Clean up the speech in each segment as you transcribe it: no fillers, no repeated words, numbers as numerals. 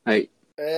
はい。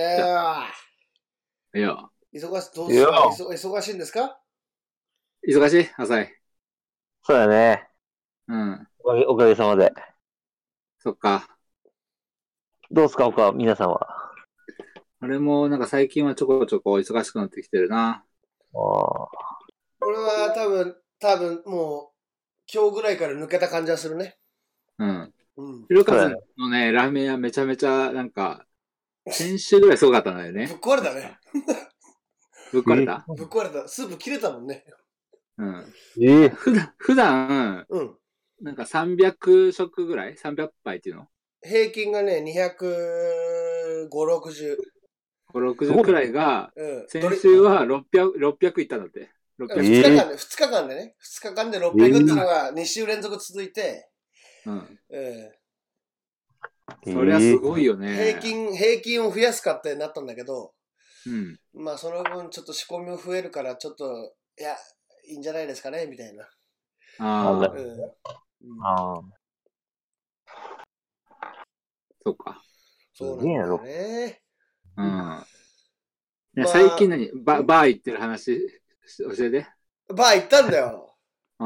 いや、 どうですか？忙しいんですか？ 忙しい浅井。 そうだね。 うん。 おかげさまで。 そっか。 どうすか、皆さんは。 俺もなんか最近はちょこちょこ忙しくなってきてるな。 俺は多分もう今日ぐらいから抜けた感じはするね。 うん。 うん。 ひろかずのね、ラーメン屋めちゃめちゃなんか、先週ぐらいすごかったんだよね。 ぶっ壊れたね。 ぶっ壊れた？ ぶっ壊れた。スープ切れたもんね。 うん。 普段、 うん。 なんか300食ぐらい ?300 杯っていうの？ 平均がね、250、60。 5、60くらいが、 うん。 先週は600いったんだって。 2日間で、2日間でね。2日間で600っていうのが2週連続続いて、 うん。 うん。 そりゃすごいよね。 平均を増やすかってなったんだけど、 うん。 まあその分ちょっと仕込みも増えるから、ちょっと、いや、いいんじゃないですかね、みたいな。 ああ。 そうか。 そうなんだよね。 うん。最近バー行ってる話教えて。 バー行ったんだよ。 うん。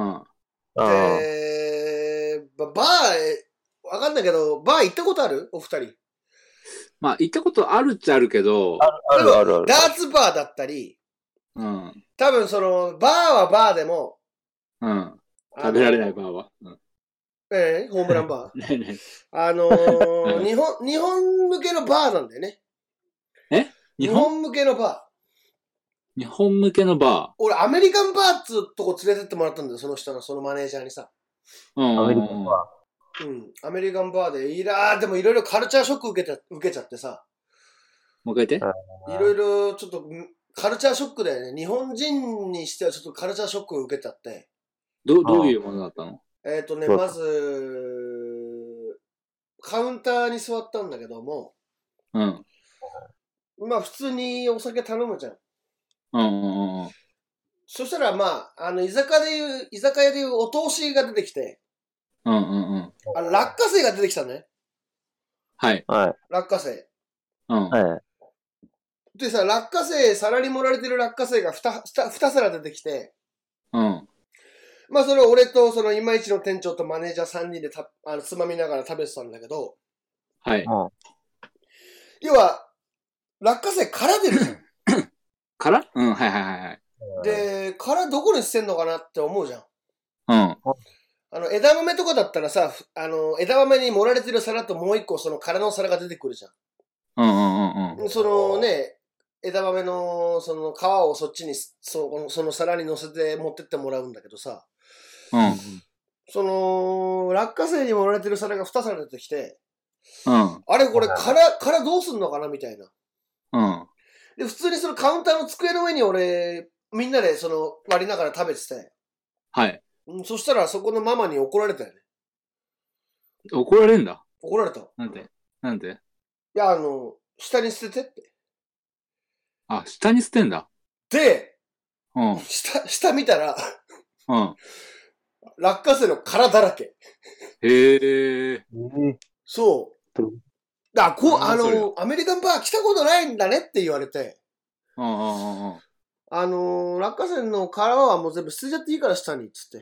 で、バー、わかんないけど、バー行ったことある？お二人。 まあ、行ったことあるっちゃあるけど。 ある。 ダーツバーだったり、 うん。 多分その、バーはバーでも、 うん。食べられないバーは。うん。 ホームランバー。 ね日本向けのバーなんだよね。日本向けのバー。日本向けのバー。 俺、アメリカンバーっつうとこ連れてってもらったんだよ、その人の、そのマネージャーにさ。 アメリカンバー。うん。アメリカンバーで、でもいろいろカルチャーショック受けちゃってさ。 もう一回言って。 いろいろちょっと、カルチャーショックだよね。日本人にしてはちょっとカルチャーショックを受けちゃって。 どういうものだったの？ まず、カウンターに座ったんだけども、 うん。 まあ普通にお酒頼むじゃん。 うん。 そしたらまあ、居酒屋でいうお通しが出てきて、 うん。 落花生が出てきたね。 はい。 落花生。 うん。 でさ、落花生、皿に盛られてる落花生が2皿出てきて、 うん。 まあそれを俺とそのいまいちの店長とマネージャー3人でつまみながら食べてたんだけど、 はい。 要は、落花生殻出るじゃん。 殻？うん、はい。 で、殻どこに捨てんのかなって思うじゃん。 うん。 枝豆とかだったらさ、枝豆に盛られてる皿ともう一個その殻の皿が出てくるじゃん。そのね、枝豆のその皮をそっちに、その皿に乗せて持ってってもらうんだけどさ。 うん。 その、落花生に盛られてる皿が2皿出てきて、 うん。 あれこれ殻どうすんのかなみたいな。 うん。 で、普通にそのカウンターの机の上にみんなでその割りながら食べてて。 はい。 そしたらそこのママに怒られたよね。 怒られんだ。 怒られた。 なんで？ いや、下に捨ててって。 あ、下に捨てんだ。 で、 うん。 下見たら、 うん。 落花生の殻だらけ。 へえ。 そう。アメリカンバー来たことないんだねって言われて。落花生の殻はもう全部捨てちゃっていいから下に、つって。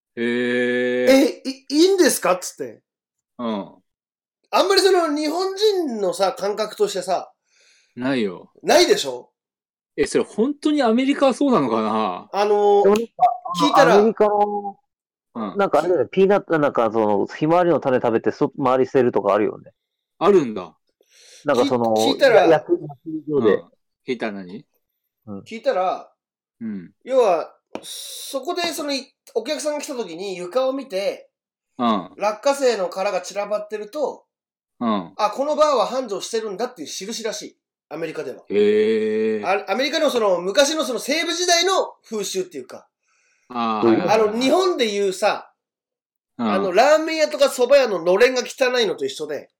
いいんですかつって。 うん。 あんまりその日本人のさ、感覚としてさ。 ないよ。 ないでしょ？ それ本当にアメリカはそうなのかな？ 聞いたら。 アメリカの、なんかあれだよね、ピーナッツ、なんかその、ひまわりの種食べて周り捨てるとかあるよね。 あるんだ。 なんかその、 聞いたら、 聞いたら何？ 聞いたら、 うん。 要は、そこでその、お客さんが来た時に床を見て、落花生の殻が散らばってると、このバーは繁盛してるんだっていう印らしい。アメリカでは。アメリカのその、昔のその西部時代の風習っていうか、日本でいうさ、ラーメン屋とか蕎麦屋ののれんが汚いのと一緒で、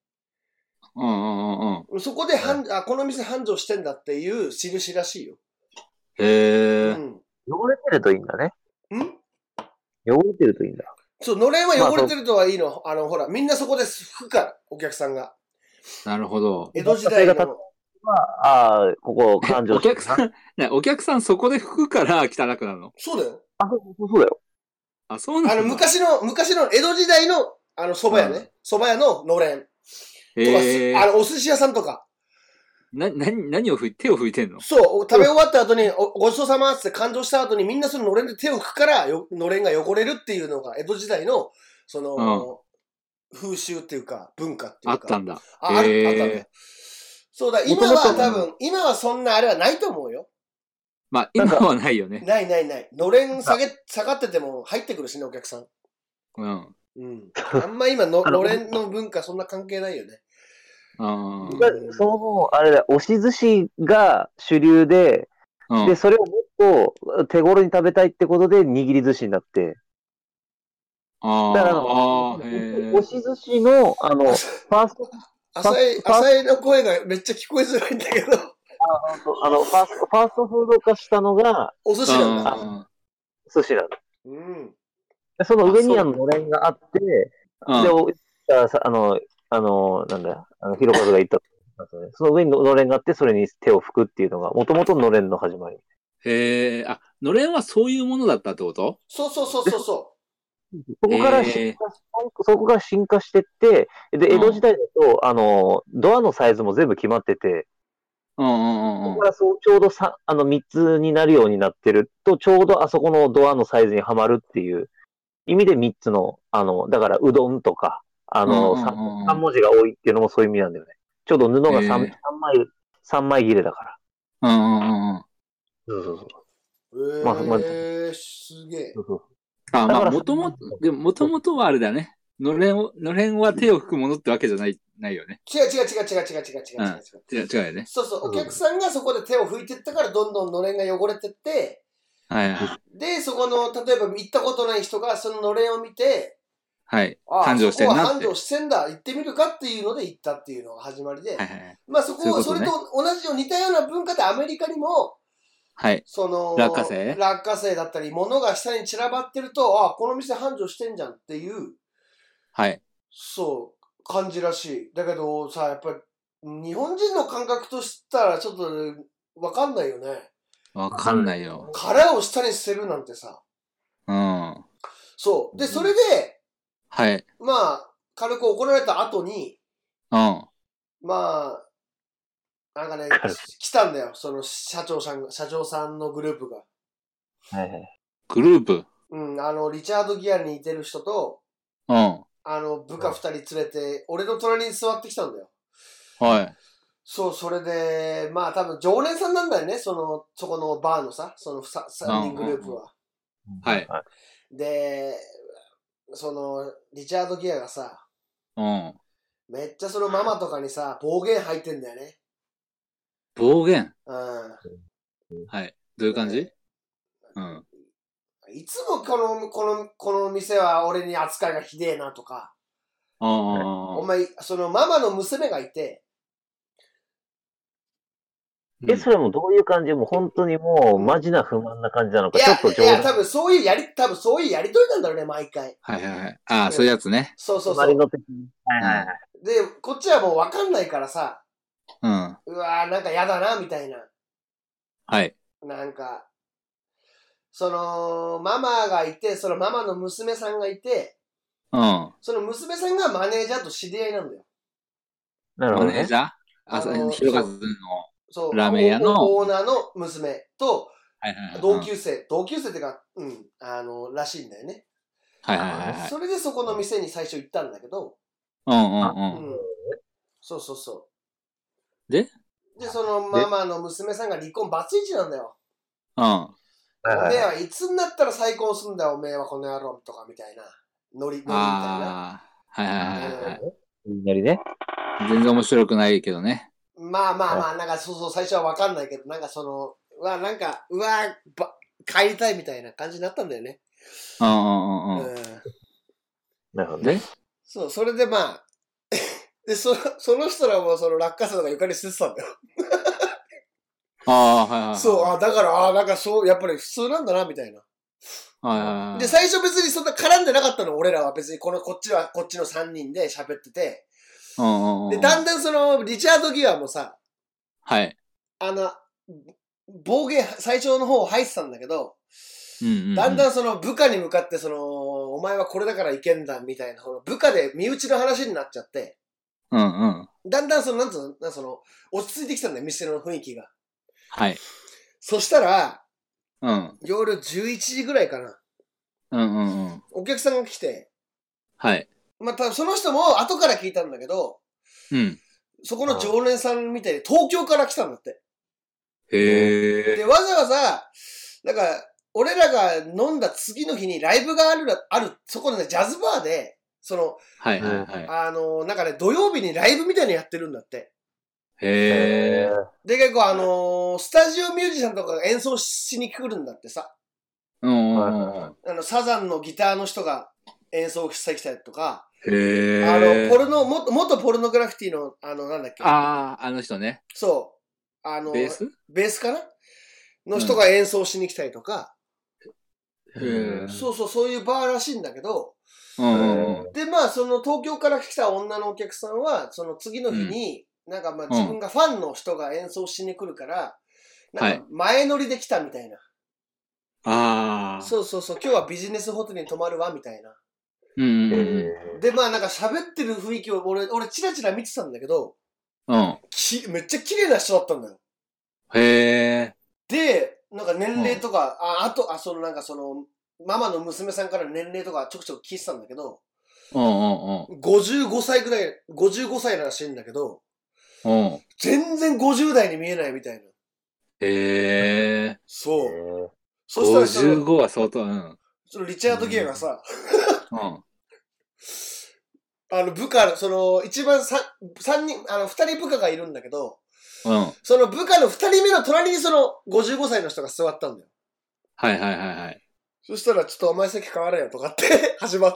そこでこの店繁盛してんだっていう印らしいよ。 汚れてるといいんだね。汚れてるといいんだ。 そう、のれんは汚れてるとはいいの。ほら、みんなそこで拭くから、お客さんが。 なるほど。 江戸時代の。 ここ環状。 お客さんそこで拭くから汚くなるの？ そうだよ。 そうだよ。 そうなんだ。 昔の江戸時代の、蕎麦屋ね。蕎麦屋ののれん。とか、お寿司屋さんとか。 何を手を拭いてんの？ そう、食べ終わった後に、ごちそうさまって感動した後にみんなそののれんで手を拭くから、のれんが汚れるっていうのが、江戸時代の、風習っていうか、文化っていうか。 あったんだ。 あったんだ。そうだ、今は多分、今はそんなあれはないと思うよ。 まあ、今はないよね。 ない。のれん下がってても入ってくるしね、お客さん。 うん。 あんま今のれんの文化そんな関係ないよね。 あれだ、押し寿司が主流で、で、それをもっと手頃に食べたいってことで握り寿司になって、だから押し寿司の、ファースト、 浅井の声がめっちゃ聞こえづらいんだけど。ファーストフード化したのが、 お寿司なんだ。 寿司なんだ。その上にのれんがあって、で、なんだ、ひろかずが言った、その上にのれんがあって、それに手を拭くっていうのが、もともとのれんの始まり。 のれんはそういうものだったってこと？ そう。 そこから進化してって、で、江戸時代だと、ドアのサイズも全部決まってて、そこからちょうど3つになるようになってると、ちょうどあそこのドアのサイズにはまるっていう意味で3つの、だからうどんとか、3文字が多いっていうのもそういう意味なんだよね。ちょうど布が3枚切れだから。そう。 すげえ。 もともとはあれだね。のれんは手を拭くものってわけじゃないよね。 違うよね。そう、お客さんがそこで手を拭いてったからどんどんのれんが汚れてって、で、そこの、例えば行ったことない人がそののれんを見て、 繁盛してんなって。 繁盛してんだ、行ってみるかっていうので行ったっていうのが始まりで、まあそれと同じよう似たような文化でアメリカにも、落花生だったり、物が下に散らばってると、この店繁盛してんじゃんっていう、感じらしい。だけどさ、やっぱり、日本人の感覚としたらちょっと、わかんないよね。 わかんないよ。 殻を下に捨てるなんてさ。そう。で、それで、まあ、軽く怒られた後に、まあ、なんかね、来たんだよ。その社長さんのグループが。 グループ？ リチャード・ギアに似てる人と、部下2人連れて、俺の隣に座ってきたんだよ。そう、それで、まあ多分常連さんなんだよね。そこのバーのさ、その3人グループは。で、リチャード・ギアがさ、めっちゃそのママとかにさ、暴言吐いてんだよね。 暴言？どういう感じ？ いつもこの店は俺に扱いがひでえなとか。お前、そのママの娘がいて。 それもどういう感じ？もう本当にもうマジな不満な感じなのか、ちょっといや、多分そういうやりとりなんだろうね、毎回。 そういうやつね。 そう。で、こっちはもうわかんないからさ。うわなんかやだな、みたいな。なんか、ママがいて、そのママの娘さんがいて、その娘さんがマネージャーと知り合いなんだよ。 なるほどね。 マネージャー？ひろかずのラーメン屋のオーナーの娘と、同級生ってか、らしいんだよね。それでそこの店に最初行ったんだけど、そう。で、そのママの娘さんが離婚バツイチなんだよ。おめえはいつになったら再婚すんだよ、おめえはこの野郎とかみたいな。ノリみたいな。 ノリね。 全然面白くないけどね。 まあ、なんか最初はわかんないけど、なんか帰りたいみたいな感じになったんだよね。 なるほどね。 そう、それでまあ、で、その人らも落花生とか床に捨ててたんだよ。そう、だから、なんかやっぱり普通なんだな、みたいな。で、最初別にそんな絡んでなかったの、俺らは別にこっちの3人で喋ってて。 で、だんだんその、リチャード・ギアもさ、 はい。 暴言、最初の方入ってたんだけど、だんだんその部下に向かってその、お前はこれだからいけんだみたいな、その部下で身内の話になっちゃって、だんだんその、なんつうの、その、落ち着いてきたんだよ、店の雰囲気が。 はい。 そしたら、夜11時ぐらいかな。お客さんが来て、 はい。 またその人も後から聞いたんだけど、そこの常連さんみたいに東京から来たんだって。 へえ。 で、わざわざ、なんか、俺らが飲んだ次の日にライブがある、そこのね、ジャズバーで、その、なんかね、土曜日にライブみたいにやってるんだって。 へえ。 で、結構スタジオミュージシャンとかが演奏しに来るんだってさ。サザンのギターの人が演奏してきたりとか、 へ元ポルノグラフィティの、なんだっけ。 あの人ね。 そう。ベースかなの人が演奏しに来たりとか。そういうバーらしいんだけど、で、まあ、その東京から来た女のお客さんは、その次の日に、なんかまあ自分がファンの人が演奏しに来るから、なんか前乗りで来たみたいな。そう、今日はビジネスホテルに泊まるわ、みたいな。で、まあなんか喋ってる雰囲気を俺チラチラ見てたんだけど、めっちゃ綺麗な人だったんだよ。 へー。 で、なんか年齢とか、ママの娘さんから年齢とかちょくちょく聞いてたんだけど、55歳ぐらい、55歳らしいんだけど、全然50代に見えないみたいな。 へー。 そう。 そしたら55は相当、 そのリチャード・ギアがさ、部下、その、一番3人、2人部下がいるんだけど、その部下の2人目の隣にその55歳の人が座ったんだよ。 はい。 そしたら、ちょっとお前席変われよとかって始まって。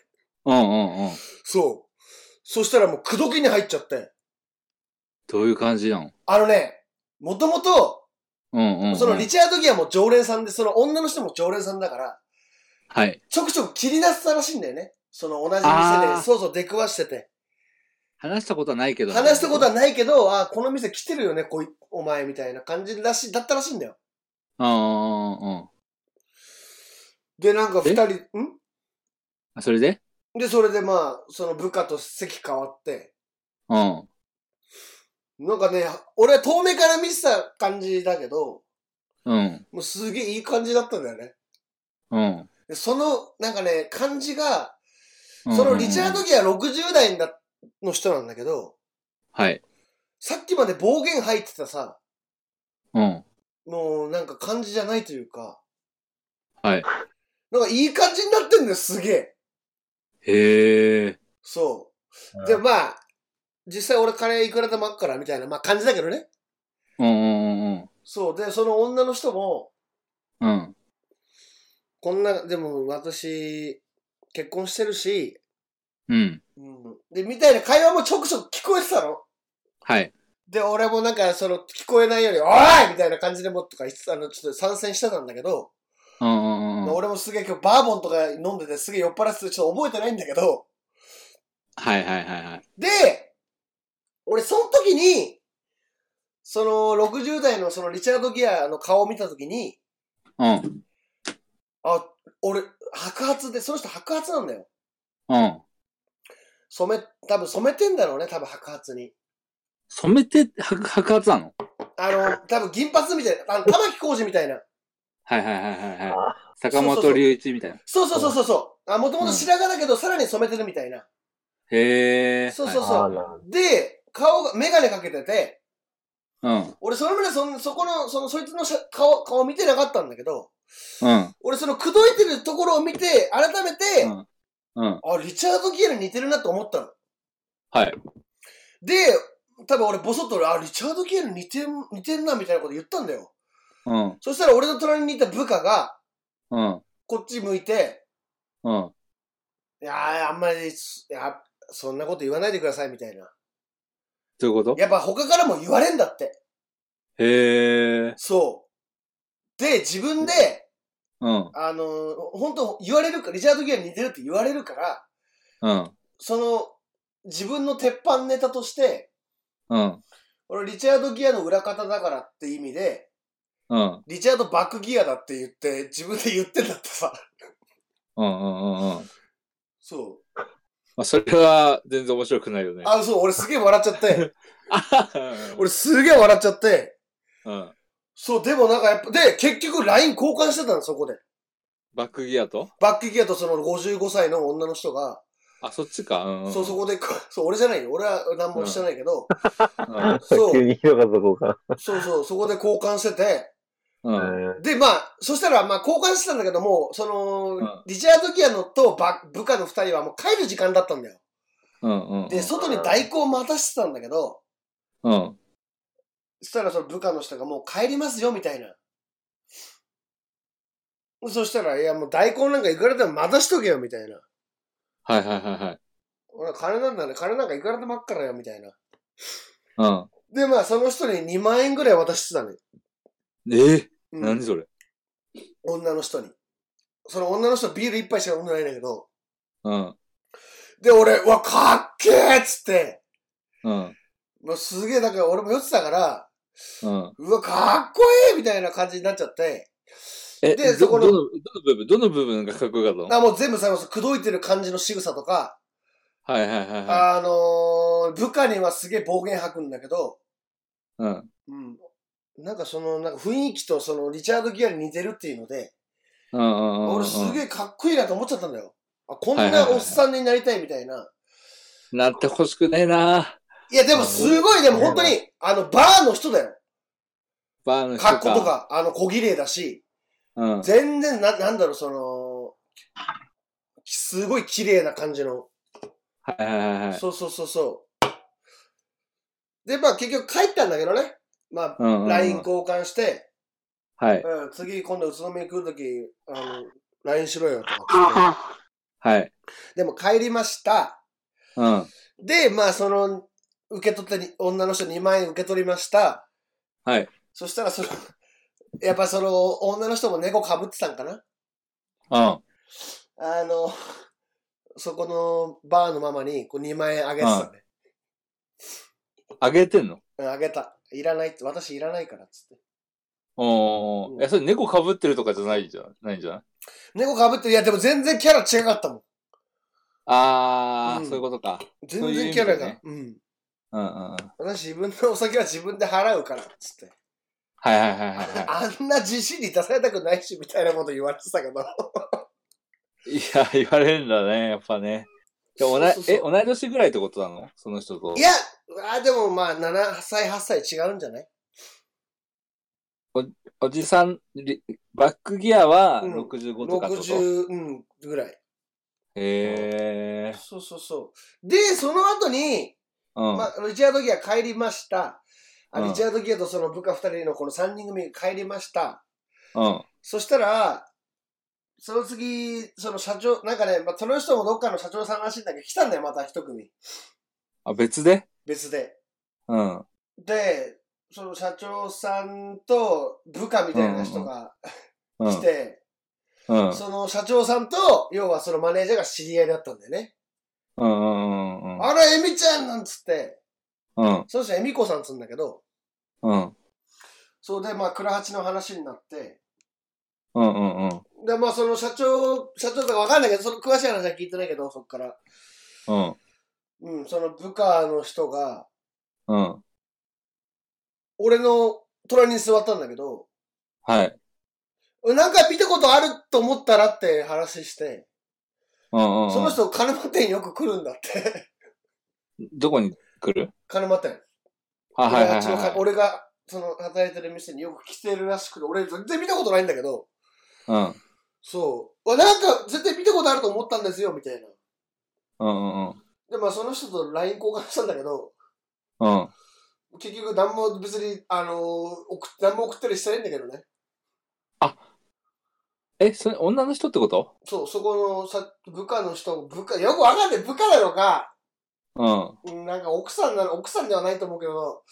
そう。そしたらもう口説きに入っちゃって。 どういう感じなの？ もともと、そのリチャード・ギアも常連さんで、その女の人も常連さんだから、 はい。 ちょくちょく切り出したらしいんだよね。その同じ店で、そう出くわしてて。 話したことはないけど。 話したことはないけど、この店来てるよね、お前みたいな感じだったらしいんだよ。で、なんか二人、 それでそれでまあ、その部下と席変わって。なんかね、俺は遠目から見てた感じだけど、もうすげえいい感じだったんだよね。でその、なんかね、感じが、そのリチャード・ギア60代の人なんだけど、 はい。 さっきまで暴言入ってたさ、もうなんか感じじゃないというか、 はい。 なんかいい感じになってんだよ、すげえ。 へえ。 そう。で、まあ、実際俺金いくらでもあっからみたいな、まあ感じだけどね。そう。で、その女の人も、こんな、でも私、結婚してるし、で、みたいな会話もちょくちょく聞こえてたの。 はい。 で、俺もなんか、その、聞こえないように、おいみたいな感じでもとか、ちょっと参戦してたんだけど、俺もすげえ今日バーボンとか飲んでてすげえ酔っ払っててちょっと覚えてないんだけど、 はい。 で、俺その時に、その60代のそのリチャード・ギアの顔を見た時に、俺、白髪で、その人白髪なんだよ。多分染めてんだろうね、多分白髪に。 染めて白髪なの？ 多分銀髪みたいな、玉木浩二みたいな。 はい。坂本龍一みたいな。 そう。もともと白髪だけど、さらに染めてるみたいな。 へー。 そう。で、顔が、メガネかけてて、俺その前そこの、そいつの顔見てなかったんだけど、俺その口説いてるところを見て、改めて、リチャード・ギアに似てるなと思ったの。 はい。 で、多分俺ボソッとリチャード・ギアに似てんなみたいなこと言ったんだよ。そしたら俺の隣にいた部下が、こっち向いて、いやあんまり、そんなこと言わないでくださいみたいな。 どういうこと？ やっぱ他からも言われんだって。 へー。 そう。で、自分で、本当言われるか、リチャード・ギアに似てるって言われるから、その、 自分の鉄板ネタとして、 うん。 俺、リチャード・ギアの裏方だからって意味で、 うん。 リチャード・バックギアだって言って、自分で言ってんだってさ。 うん。 そう。 まあ、それは全然面白くないよね。 そう、俺すげえ笑っちゃって。俺すげえ笑っちゃって。 うん。 そう、でもなんかやっぱ、で、結局 LINE 交換してたの、そこで。 バックギアとバックギアとその55歳の女の人が、 そっちか。 そう、そこで、そう、俺じゃないよ。俺は何もしてないけど、 そう。急に広がった交換。 そう、そこで交換してて、 うん。 で、まあ、そしたら、まあ、交換してたんだけども、その、リチャード・ギアノと部下の二人はもう帰る時間だったんだよ。で、外に代行を待たせてたんだけど、そしたらその部下の人がもう帰りますよ、みたいな。そしたら、いや、もう代行なんかいくらでも待たしとけよ、みたいな。 はい。 俺金なんだね、金なんかいくらでもあっからよ、みたいな。で、まあ、その人に2万円ぐらい渡してたね。 何それ？ 女の人に。その女の人ビール一杯しか飲んでないんだけど。で、俺、かっけーっつって。もうすげえ、だから俺も酔ってたから、かっこいいみたいな感じになっちゃって。 で、そこの、どの部分がかっこよかったの？ もう全部さ、口説いてる感じの仕草とか、部下にはすげえ暴言吐くんだけど、なんかその、なんか雰囲気とそのリチャード・ギアに似てるっていうので、俺すげえかっこいいなと思っちゃったんだよ。こんなおっさんになりたいみたいな。 なってほしくねえな。 いやでもすごい、でも本当に、バーの人だよ。 バーの人か。 格好とか、小綺麗だし、全然なんだろう、その、すごい綺麗な感じの。そう。で、まあ結局帰ったんだけどね。まあ、LINE 交換して、次今度宇都宮来るとき、LINE しろよとかって。でも帰りました。で、まあその、受け取った女の人2万円受け取りました。そしたらやっぱその女の人も猫被ってたんかな。そこのバーのママにこう2万円あげてたね。 あげてんの？ あげた。いらないって、私いらないからっつって。 それ猫被ってるとかじゃないんじゃない？ 猫被ってる、いやでも全然キャラ違かったもん。 そういうことか。 全然キャラが。私自分のお酒は自分で払うからっつって。あんな自信に出されたくないしみたいなこと言われてたけど。 いや、言われるんだね、やっぱね。同い年ぐらいってことなの？その人と。 いや、でもまあ、7歳、8歳違うんじゃない？ おじさん、バックギアは65とかってこと？ 60、ぐらい。 へー。 そう。で、その後に、まあ、リチャード・ギア帰りました。リチャード・ギアとその部下2人のこの3人組が帰りました。そしたら、その次、その社長、なんかね、まあ、その人もどっかの社長さんらしいんだけど、来たんだよ、また一組。 別で？ 別で。で、その社長さんと部下みたいな人が来て、その社長さんと、要はそのマネージャーが知り合いだったんだよね。あら、エミちゃんなんつって。そしたらエミコさんつんだけど、そうで、まあ、倉八の話になって、で、まあ、その社長とかわかんないけど、その詳しい話は聞いてないけど、そっから。その部下の人が、俺の隣に座ったんだけど、なんか見たことあると思ったらって話して、その人、金間店よく来るんだって。 どこに来る？ 金間店。俺が、その、働いてる店によく来てるらしくて、俺全然見たことないんだけど、そう。なんか、絶対見たことあると思ったんですよ、みたいな。で、まあ、その人と LINE 交換したんだけど、結局、何も別に、何も送ったりしてないんだけどね。 それ、女の人ってこと？ そう、そこの部下の人、よくわかんない、部下なのか、なんか奥さんではないと思うけど、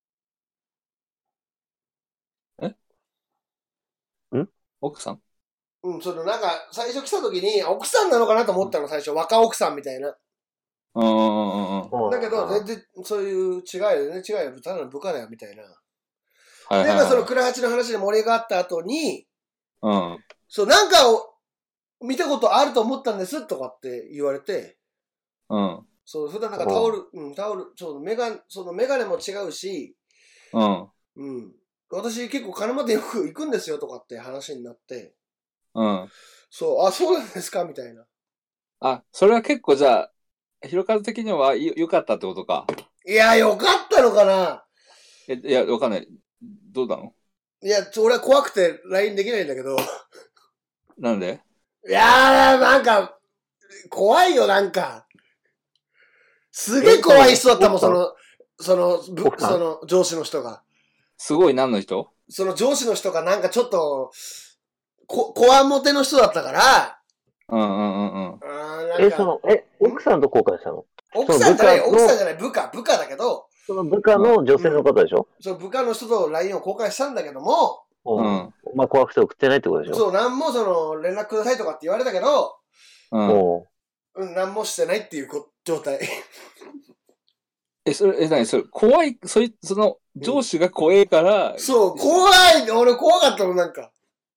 奥さん？ うん、なんか、最初来た時に、奥さんなのかなと思ったの、最初。若奥さんみたいな。だけど、全然、そういう違いよね。違いよ。ただの部下だよ、みたいな。で、まあ、その、倉八の話で盛り上がった後に、そう、なんかを、見たことあると思ったんです、とかって言われて、そう、普段なんかタオル、そう、そのメガネも違うし、私結構金までよく行くんですよ、とかって話になって、そう、そうなんですかみたいな。 それは結構じゃあ、ひろかず的には良かったってことか。 いや、良かったのかな。 いや、わかんない。どうなの？ いや、俺は怖くて LINE できないんだけど。 なんで？ いやー、なんか、怖いよ、なんか。すげえ怖い人だったもん、その上司の人が。 すごい何の人？ その上司の人がなんかちょっと、こわもての人だったから、 奥さんと交換したの？ 奥さんじゃない、部下だけど。 その部下の女性の方でしょ？ そう、部下の人と LINE を交換したんだけども、 まあ怖くて送ってないってことでしょ？ そう、なんも連絡くださいとかって言われたけど、なんもしてないっていう状態。 それ、怖い、その上司が怖いから、 そう、怖い俺怖かったの、なんか。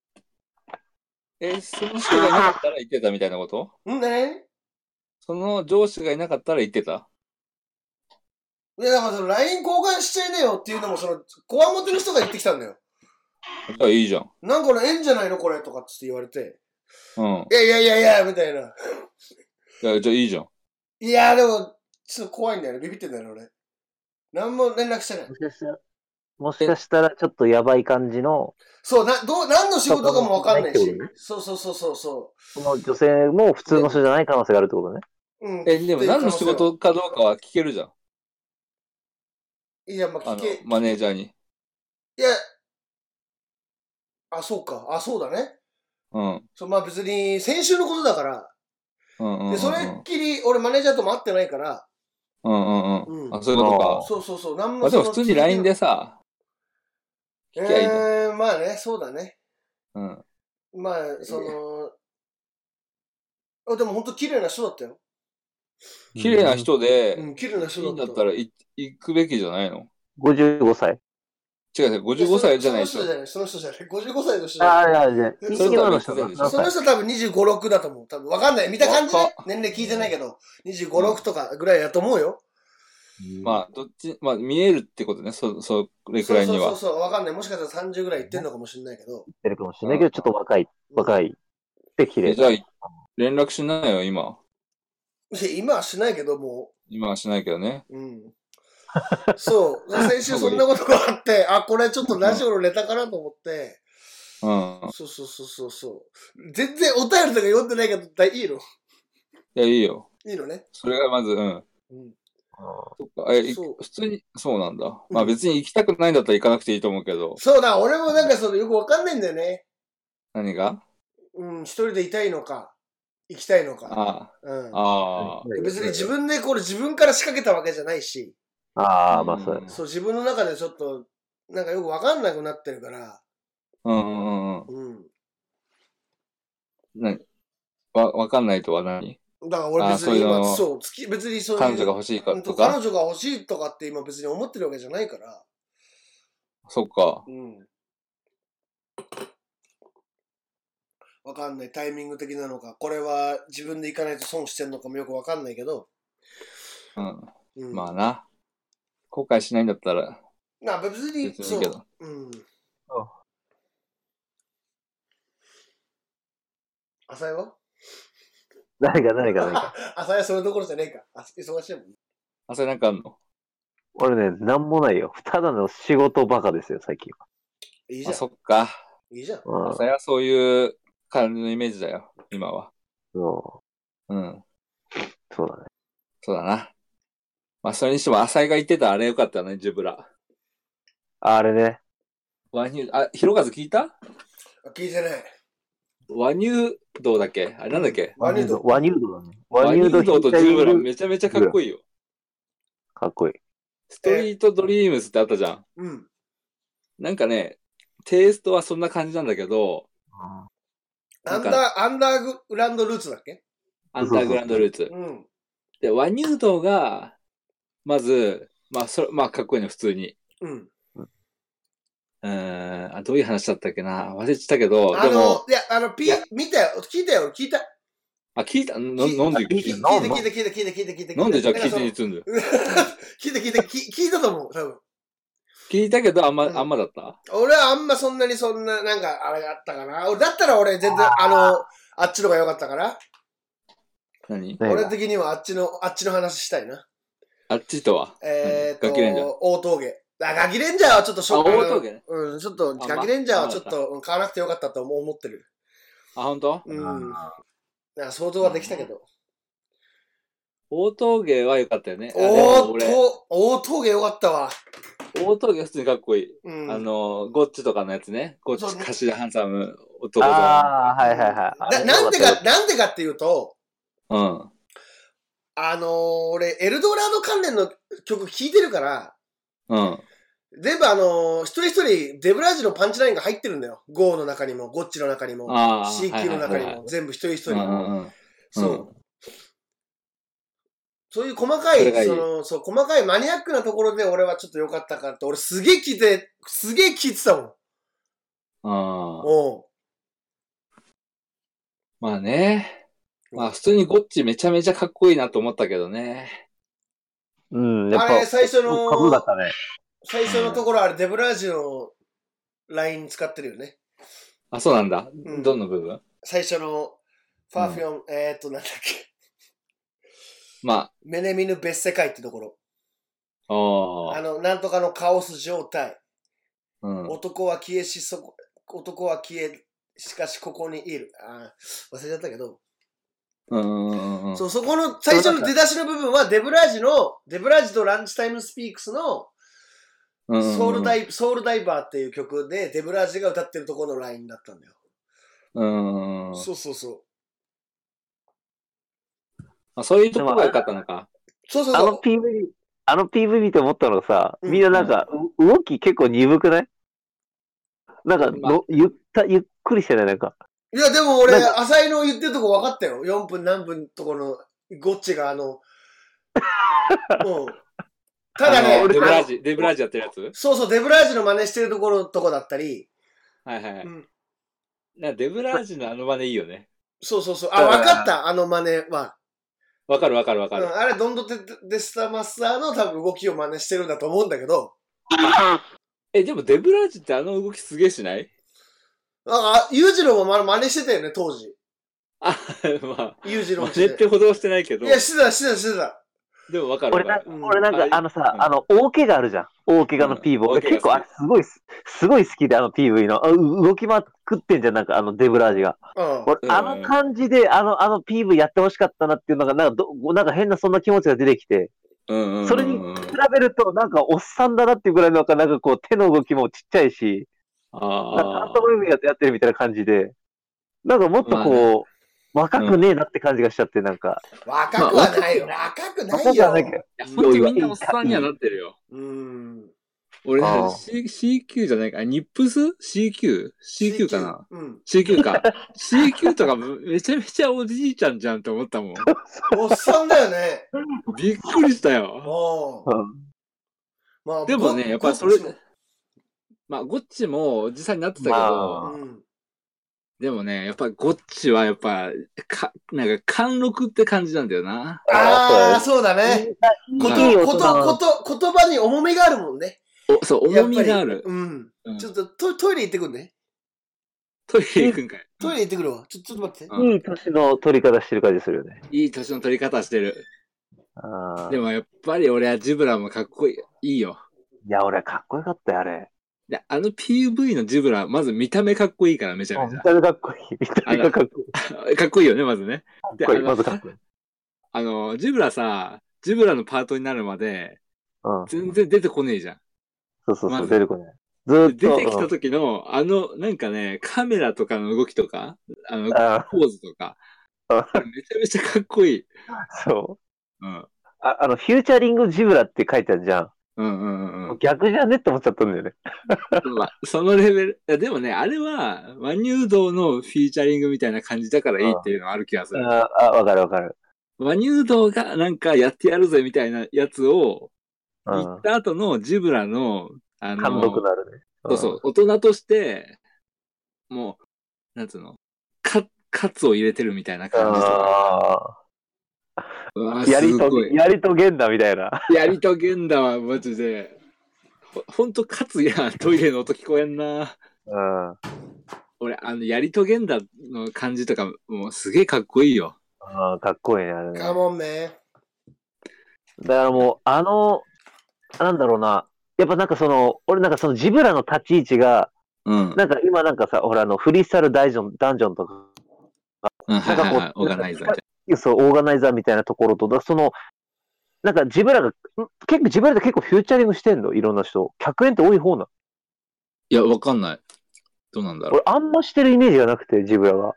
その人がいなかったら言ってたみたいなこと？その上司がいなかったら言ってた？ いや、だからLINE 交換しちゃいねよっていうのも、こわもての人が言ってきたんだよ。 じゃあいいじゃん。 なんか縁じゃないのこれとかって言われて。いや、みたいな。 じゃあいいじゃん。 いや、でも、ちょっと怖いんだよね。ビビってんだよね、俺。なんも連絡してない。 もしかしたらちょっとやばい感じの。 そう、何の仕事かもわかんないし。そう。 その女性も普通の人じゃない可能性があるってことね。 でも何の仕事かどうかは聞けるじゃん。 いや、まあ、 マネージャーに。 いや、そうか。そうだね。まあ別に、先週のことだから。で、それっきり、俺マネージャーとも会ってないから。 そういうことか。 そう。 でも普通に LINE でさ、 聞きゃいいじゃん。まあね、そうだね。まあ、でも本当綺麗な人だったよ。 綺麗な人で、 綺麗な人だった。 いいんだったら行くべきじゃないの？ 55歳。 違う、55歳じゃないでしょ。 その人じゃない。55歳の人じゃない。 今の人だ。その人多分25、6だと思う。多分わかんない。見た感じね。年齢聞いてないけど、25、6とかぐらいだと思うよ。 まあ、見えるってことね、それくらいには。 そう、わかんない。もしかしたら30ぐらいいってんのかもしれないけど。 いってるかもしれないけど、ちょっと若いで綺麗。 じゃあ、連絡しないよ、今。 今はしないけど、もう。 今はしないけどね。 そう。先週そんなことがあって、これちょっとラジオのネタかなと思って。そう。全然お便りとか読んでないけど、いいの？ いや、いいよ。 いいのね。 それがまず、そっか、普通に、そうなんだ。まあ別に行きたくないんだったら行かなくていいと思うけど。 そうだ、俺もなんかよくわかんないんだよね。 何が？ 一人でいたいのか、行きたいのか。別に自分から仕掛けたわけじゃないし。 まあそう。 そう、自分の中でちょっと、なんかよくわかんなくなってるから。 わかんないとは何？ だから俺別に今、別にそういう。 彼女が欲しいかとか。彼女が欲しいとかって今別に思ってるわけじゃないから。 そっか。 わかんない。タイミング的なのか。これは自分で行かないと損してんのかもよくわかんないけど。 まあな。後悔しないんだったら。 別に、そう。浅井は？ 誰か。 浅井はそれどころじゃねえか。忙しいもん。 浅井なんかあんの？ 俺ね、なんもないよ。ただの仕事バカですよ、最近は。 いいじゃん。 そっか。 いいじゃん。 浅井はそういう感じのイメージだよ、今は。 そうだね。 そうだな。まあ、それにしても浅井が言ってたあれよかったね、ジュブラ。 あれね。 ひろかず聞いた？ 聞いてない。 和乳道だっけ？あれなんだっけ？ 和乳道だね。 和乳道とジュブラめちゃめちゃかっこいいよ。 かっこいい。 ストリートドリームスってあったじゃん。なんかね、テイストはそんな感じなんだけど、 アンダーグランドルーツだっけ？ アンダーグランドルーツ。で、和乳道が、まず、まあ、かっこいいの、普通に。どういう話だったっけな、忘れてたけど、でも。 いや、見たよ、聞いた。 聞いた？なんで聞いた？ 聞いた。 なんでじゃあ聞いてにつんだよ。 聞いたと思う、多分。 聞いたけど、あんまだった？ 俺はあんまそんな、なんか、あれがあったかな。だったら俺全然、あっちのが良かったかな。 何？ 俺的にはあっちの話したいな。 あっちとは？ガキレンジャー。 大峠。ガキレンジャーはちょっと大峠ね。 ちょっと、ガキレンジャーはちょっと買わなくてよかったと思ってる。 本当？ なんか想像はできたけど。 大峠は良かったよね。 大峠良かったわ。 大峠普通にかっこいい。ゴッチとかのやつね。ゴッチ、頭ハンサム、男さん。 はい。 なんでかっていうと、俺、エルドラード関連の曲聴いてるから、全部一人一人デブラージのパンチラインが入ってるんだよ。ゴーの中にも、ゴッチの中にも、CQ の中にも、全部一人一人。そう。そういう細かい、細かいマニアックなところで俺はちょっと良かったかって、俺すげえ聞いてたもん。 まあね。まあ普通にゴッチめちゃめちゃかっこいいなと思ったけどね。 やっぱ。 あれ、最初の、 株だったね。 最初のところあれデブラージのライン使ってるよね。 そうなんだ。どの部分？ 最初の、ファーフィオン、なんだっけ。 まあ。 メネミヌ別世界ってところ。なんとかのカオス状態。男は消え、しかしここにいる。忘れちゃったけど。そう、そこの最初の出だしの部分はデブラージとランチタイムスピークスのソウルダイバーっていう曲でデブラージが歌ってるところのラインだったんだよ。そう。 そういうとこが良かったのか。 そう。 あの PV って思ったのがさ、みんななんか、動き結構鈍くない？なんか、ゆっくりしてないなんか。 いや、でも俺、浅井の言ってるとこ分かったよ。4分何分とこの、ゴッチがただね、 デブラージやってるやつ？ そう、デブラージの真似してるとこだったり。 はい。デブラージのあの真似いいよね。 そう。分かった、あの真似は。 わかる。あれ、ドンドデスタマスターの多分動きを真似してるんだと思うんだけど。 でもデブラージってあの動きすげえしない？ ユージロも真似してたよね、当時。 まあ。 ユージロも。 真似ってほどしてないけど。 いや、してた。 でも分かる。 俺なんか、大怪我あるじゃん。大怪我の PV。俺結構、すごい好きで、PV の。動きまくってんじゃん、なんかデブラージが。俺、感じで、PV やってほしかったなっていうのが、なんか変なそんな気持ちが出てきて。それに比べると、なんかおっさんだなっていうぐらいの、なんかこう、手の動きもちっちゃいし、なんかハンドムービーやってるみたいな感じで、なんかもっとこう、若くねえなって感じがしちゃって、なんか。 若くはないよ。若くないよ。 本当みんなおっさんにはなってるよ。俺、CQ じゃないか。ニップス ?CQ かな？ CQ か。CQ とかめちゃめちゃおじいちゃんじゃんって思ったもん。 おっさんだよね。 びっくりしたよ。でもね、やっぱそれ、まあ、ゴッチも実際になってたけど、でもね、やっぱゴッチはやっぱ、なんか貫禄って感じなんだよな。 そうだね。言葉に重みがあるもんね。 そう、重みがある。 ちょっとトイレ行ってくんね。 トイレ行くんかい。 トイレ行ってくるわ。ちょっと待って。 いい年の取り方してる感じするよね。 いい年の取り方してる。でもやっぱり俺はジブラもかっこいいよ。 いや、俺はかっこよかったよ、あれ。 PV のジブラ、まず見た目かっこいいから、めちゃめちゃ。 見た目かっこいい。見た目がかっこいい。 かっこいいよね、まずね。 かっこいい、まずかっこいい。 ジブラのパートになるまで、全然出てこねえじゃん。 そう、出てこない。ずーっと。 出てきた時の、なんかね、カメラとかの動きとか、ポーズとか、めちゃめちゃかっこいい。 そう。フューチャリングジブラって書いてあるじゃん。 逆じゃねって思っちゃったんだよね。 まあ、そのレベル。いや、でもね、あれは、和乳道のフィーチャリングみたいな感じだからいいっていうのはある気がする。 わかるわかる。 和乳道がなんかやってやるぜみたいなやつを、行った後のジブラの、 貫禄なるね。 そうそう、大人として、もう、なんつうの、カツを入れてるみたいな感じとか。 やりとげんだみたいな。 やりとげんだはマジで、ほんとカツやトイレの音聞こえんな。俺、やりとげんだの感じとか、もうすげえかっこいいよ。 かっこいいね、あれね。 カモンね。 だからもう、なんだろうな。やっぱなんか俺なんかそのジブラの立ち位置が、なんか今なんかさ、ほらフリースタイルダンジョンとか、 なんかこう、オーガナイザーみたいな。そう、オーガナイザーみたいなところと、なんかジブラで結構フューチャリングしてんのいろんな人。100円って多い方なの？ いや、わかんない。どうなんだろう。 俺あんましてるイメージがなくて、ジブラが。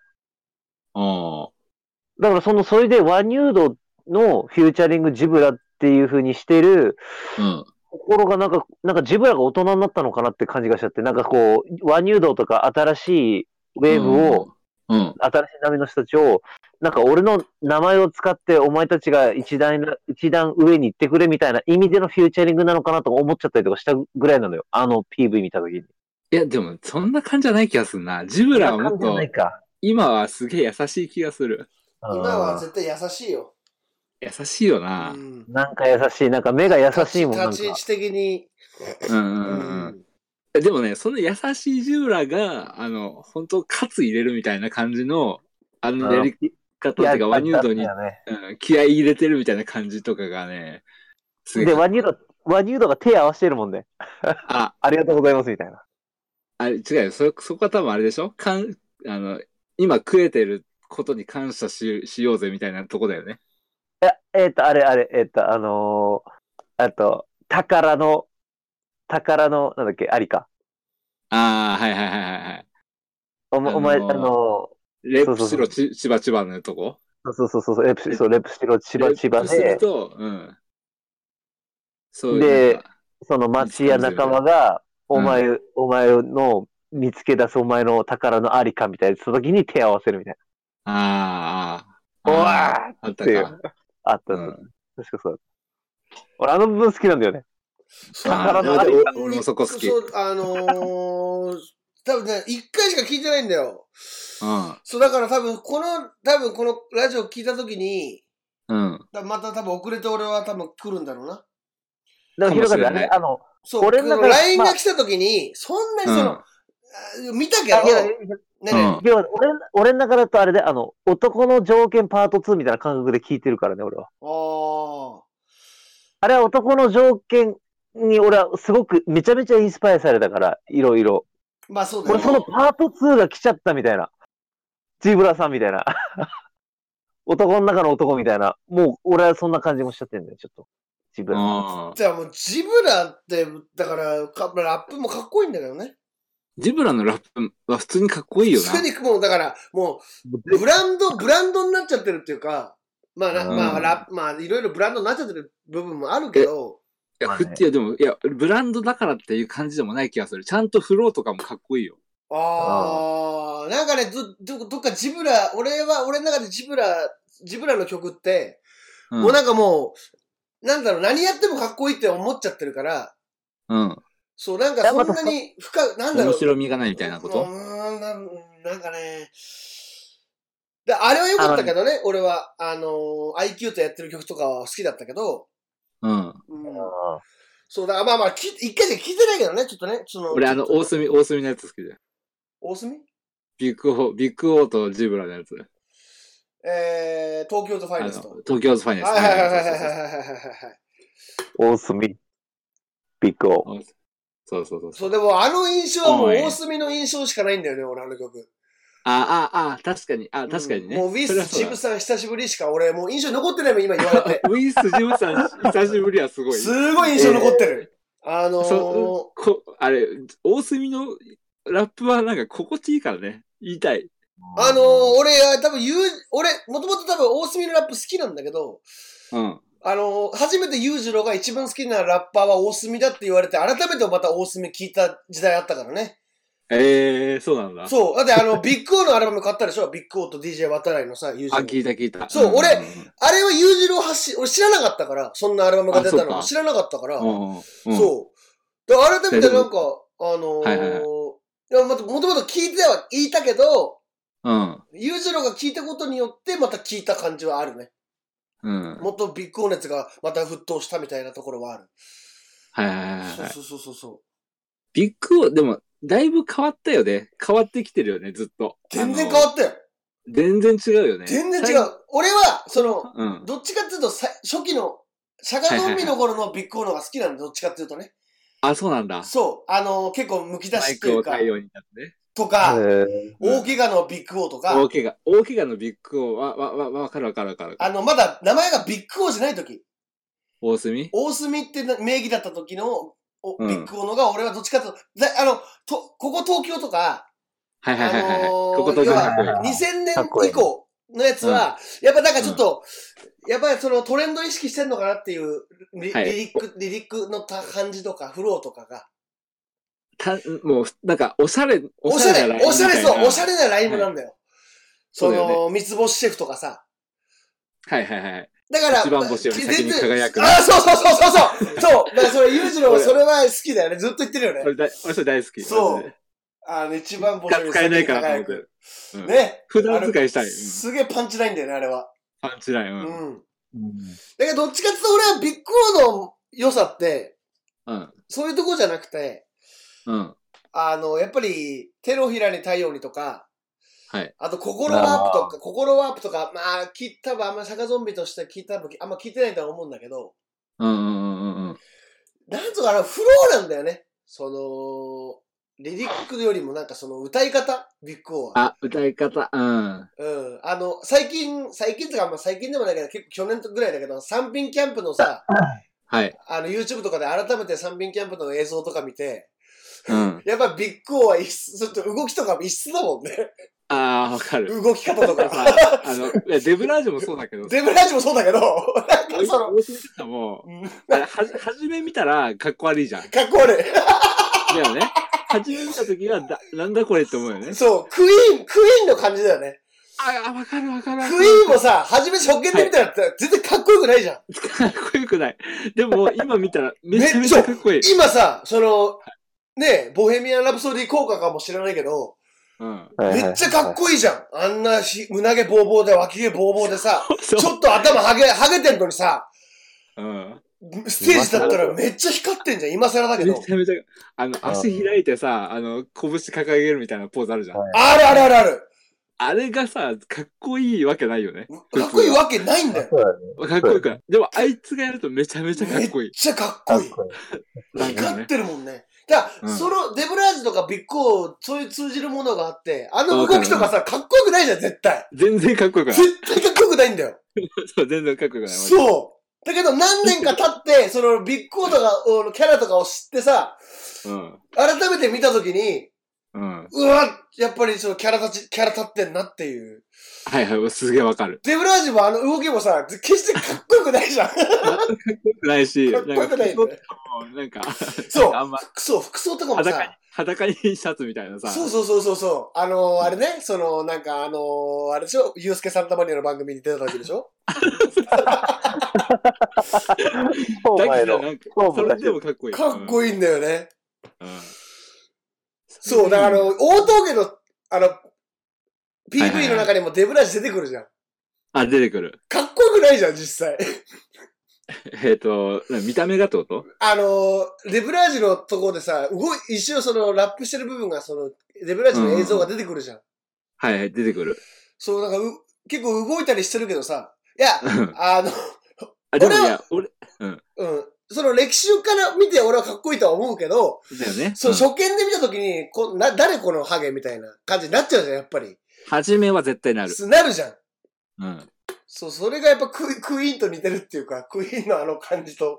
だからそれで和乳度のフューチャリングジブラっていう風にしてる、ところがなんかジブラが大人になったのかなって感じがしちゃって、なんかこう、和乳道とか新しいウェーブを、新しい波の人たちを、なんか俺の名前を使ってお前たちが一段上に行ってくれみたいな意味でのフューチャリングなのかなと思っちゃったりとかしたぐらいなのよ。PV 見たときに。 いや、でもそんな感じじゃない気がするな。ジブラはもっと、今はすげえ優しい気がする。 今は絶対優しいよ。 優しいよな。 なんか優しい。なんか目が優しいもん。 立ち位置的に。 でもね、その優しいジブラが、本当カツ入れるみたいな感じの、やり方っていうか、和乳道に、気合い入れてるみたいな感じとかがね、 で、和乳道が手合わせてるもんね。ありがとうございますみたいな。 あれ、違うよ。そこは多分あれでしょ？今食えてることに感謝しようぜみたいなとこだよね。 あれ、宝の、なんだっけ、ありか。 はいはいはいはい。 お前、 レプシロ千葉のとこ？ そう、レプシロ千葉で。 すると、 そうで、その町や仲間が、お前の見つけ出すお前の宝のありかみたいな、その時に手を合わせるみたいな。おわーっていう。あった。確かそう。俺、あの部分好きなんだよね。 宝のありか。俺もそこ好き。 多分ね、一回しか聞いてないんだよ。そう、だから多分このラジオ聞いたときに、また多分遅れて俺は多分来るんだろうな。 だから、広がね、 そう、LINE が来たときに、そんなに見たけど、 俺の中だとあれで、男の条件パート2みたいな感覚で聞いてるからね、俺は。あれは男の条件に俺はすごくめちゃめちゃインスパイアされたから、いろいろ。 まあそうだよね。 俺そのパート2が来ちゃったみたいな。ジブラさんみたいな。男の中の男みたいな。もう俺はそんな感じもしちゃってんだよ、ちょっと。ジブラ。 じゃあもうジブラって、だからラップもかっこいいんだけどね。 ジブラのラップは普通にかっこいいよな。 普通にもうだから、もう、ブランドになっちゃってるっていうか、まあいろいろブランドになっちゃってる部分もあるけど。 いや、でも、ブランドだからっていう感じでもない気がする。ちゃんとフローとかもかっこいいよ。 なんかね、どっかジブラ、俺の中でジブラの曲って、もうなんかもう、なんだろう、何やってもかっこいいって思っちゃってるから、そう、なんかそんなになんだろう。 面白みがないみたいなこと？ なんかね、あれは良かったけどね、俺は、IQ とやってる曲とかは好きだったけど、そうだ、まあ、一回しか聞いてないけどね、ちょっとね。 俺、大隅のやつ好きだよ。 大隅？ ビッグオーとジブラのやつ。 東京都ファイナンスと。 東京都ファイナンス。 はい。 大隅。ビッグオー。 そう、でも印象はもう大隅の印象しかないんだよね、俺曲。 確かに。確かにね。 もうウィス・ジブさん久しぶりしか俺もう印象残ってないもん、今言われて。 ウィス・ジブさん久しぶりはすごい。 すごい印象残ってる。 あれ、大隅のラップはなんか心地いいからね。言いたい。 俺、多分もともと多分大隅のラップ好きなんだけど、 初めて裕次郎が一番好きなラッパーは大隅だって言われて、改めてまた大隅聞いた時代あったからね。 そうなんだ。 そう。だってビッグオーのアルバム買ったでしょ？ビッグオーと DJ 渡来のさ、裕次郎。 聞いた。 そう、俺、あれは裕次郎俺知らなかったから、そんなアルバムが出たの知らなかったから、そう。だから改めてなんか、いや、もともと聞いてはいたけど、裕次郎が聞いたことによってまた聞いた感じはあるね。もっとビッグオー熱がまた沸騰したみたいなところはある。そう。 ビッグオー、でも、だいぶ変わったよね。変わってきてるよね、ずっと。 全然変わったよ。 全然違うよね。 全然違う。俺は、どっちかっていうと、初期の、シャガゾンビの頃のビッグオーのが好きなの、どっちかっていうとね。 そうなんだ。 そう。結構剥き出しっていうか。 マイクを太陽に立ってね。 とか、大怪我のビッグオーとか。 大怪我のビッグオーわかる。 まだ名前がビッグオーじゃない時。 大隅って名義だった時の、ビッグオーのが、俺はどっちかというと、ここ東京とか、 ここ東京 2000年以降のやつは、やっぱなんかちょっと、やっぱりそのトレンド意識してんのかなっていうリリックの感じとか、フローとかが。 もう、なんか、おしゃれなライブなんだよ。三つ星シェフとかさ。 だから、 一番星より先に輝く。 そう。そう。だからそれ、裕次郎、それは好きだよね。ずっと言ってるよね。 俺それ大好き。 そう。一番星より先に輝く。ね。 普段使いしたい。 すげえパンチラインだよね、あれは。 パンチライン。 だけど、どっちかっていうと俺はビッグオーの良さって、そういうとこじゃなくて、やっぱり、手のひらに太陽にとか、あと、心ワープとか、まあ、多分あんまシャカゾンビとしてあんま聞いてないとは思うんだけど、なんとかフローなんだよね。リリックよりもなんか歌い方、ビッグオーは。 歌い方、 最近とか、まあ最近でもないけど、結構去年ぐらいだけど、三品キャンプのさ、YouTube とかで改めて三品キャンプの映像とか見て、やっぱビッグオーはちょっと動きとか一緒だもんね。 わかる。 動き方とかさ。 デブラージュもそうだけど。 なんかも初め見たらかっこ悪いじゃん。 かっこ悪い。 だよね。初め見たときは、なんだこれって思うよね。 そう、クイーンの感じだよね。 わかる。 クイーンもさ、初め初見で見たら全然かっこよくないじゃん。 かっこよくない。でも、今見たらめちゃめちゃかっこいい。 今さ、ね、ボヘミアン・ラプソディ効果かもしれないけど、めっちゃかっこいいじゃん。あんな胸毛ボーボーで脇毛ボーボーでさ、ちょっと頭ハゲてんのにさ、ステージだったらめっちゃ光ってんじゃん。今更だけど。 めちゃめちゃ、足開いてさ、拳掲げるみたいなポーズあるじゃん。 ある。 あれがさ、かっこいいわけないよね。 かっこいいわけないんだよ。 かっこよくない。でも、あいつがやるとめちゃめちゃかっこいい。 めっちゃかっこいい。光ってるもんね。だから、デブラージとかビッグオー、そういう通じるものがあって、動きとかさ、かっこよくないじゃん、絶対。 全然かっこよくない。 絶対かっこよくないんだよ。 そう、全然かっこよくない。 そう。だけど、何年か経って、ビッグオーとか、キャラとかを知ってさ、改めて見たときに、うわ、やっぱりキャラ立ってんなっていう。 すげえわかる。 デブラージも動きもさ、決してかっこよくないじゃん。かっこよくないし、 かっこよくないよね。 なんか、 そう、服装とかもさ、 裸にシャツみたいなさ。 そう。あれね、なんかあれでしょ、ユースケ・サンタマリアの番組に出た時でしょだけどなんか、それでもかっこいい。 かっこいいんだよね。そう、だから大峠の、PV の中にもデブラージ出てくるじゃん。 出てくる。 かっこよくないじゃん、実際。 見た目がってこと？ デブラージのところでさ、一瞬ラップしてる部分がデブラージの映像が出てくるじゃん。 出てくる。 そう、なんか結構動いたりしてるけどさ、いや、歴史から見て俺はかっこいいとは思うけど、 だよね。 初見で見たときに、誰このハゲみたいな感じになっちゃうじゃん、やっぱり。 初めは絶対なる。 なるじゃん。そう、それがやっぱクイーンと似てるっていうか、クイーンの感じと。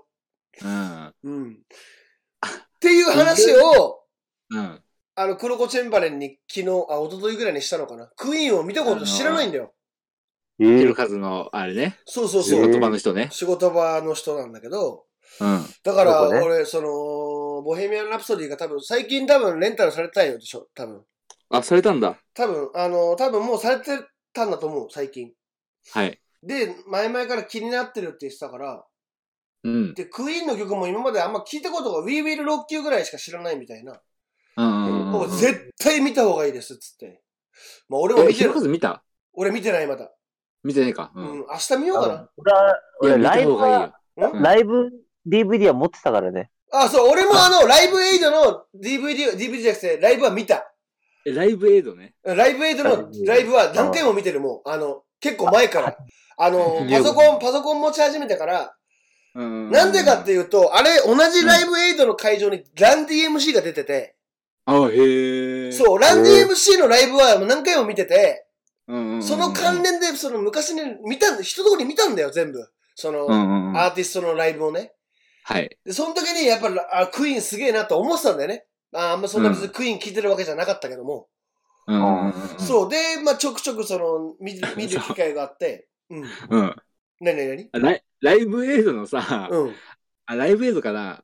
っていう話を、クロコ・チェンバレンに昨日、一昨日ぐらいにしたのかな。クイーンを見たこと知らないんだよ。 ひろかずの、あれね。 そうそうそう。 仕事場の人ね。 仕事場の人なんだけど、 うん。 だから、俺、ボヘミアン・ラプソディが最近レンタルされたよでしょ、多分。 あ、されたんだ。 多分もうされてたんだと思う、最近。 はい。 で、前々から気になってるって言ってたから、 うん。 で、クイーンの曲も今まであんま聞いたことが We Will Rock You ぐらいしか知らないみたいな。もう絶対見た方がいいです、つって。まあ俺も見てる。 見た？ 俺見てない、まだ。 見てないか。 うん。明日見ようかな。 俺ライブ DVD は持ってたからね。 あ、そう、俺もライブエイドの DVD じゃなくて、ライブは見た。 ライブエイドね。 ライブエイドのライブは何回も見てる、もう。結構前から。パソコン持ち始めてから、なんでかっていうと、あれ、同じライブエイドの会場にランディ MC が出てて、そう、ランディ MC のライブは何回も見てて、その関連で、昔に一通り見たんだよ、全部。アーティストのライブをね。 はい。 で、その時にやっぱり、クイーンすげえなと思ってたんだよね。あんまそんな別にクイーン聴いてるわけじゃなかったけども。そう。で、ちょくちょく見る機会があって。なにライブエイドのさ、ライブエイドかな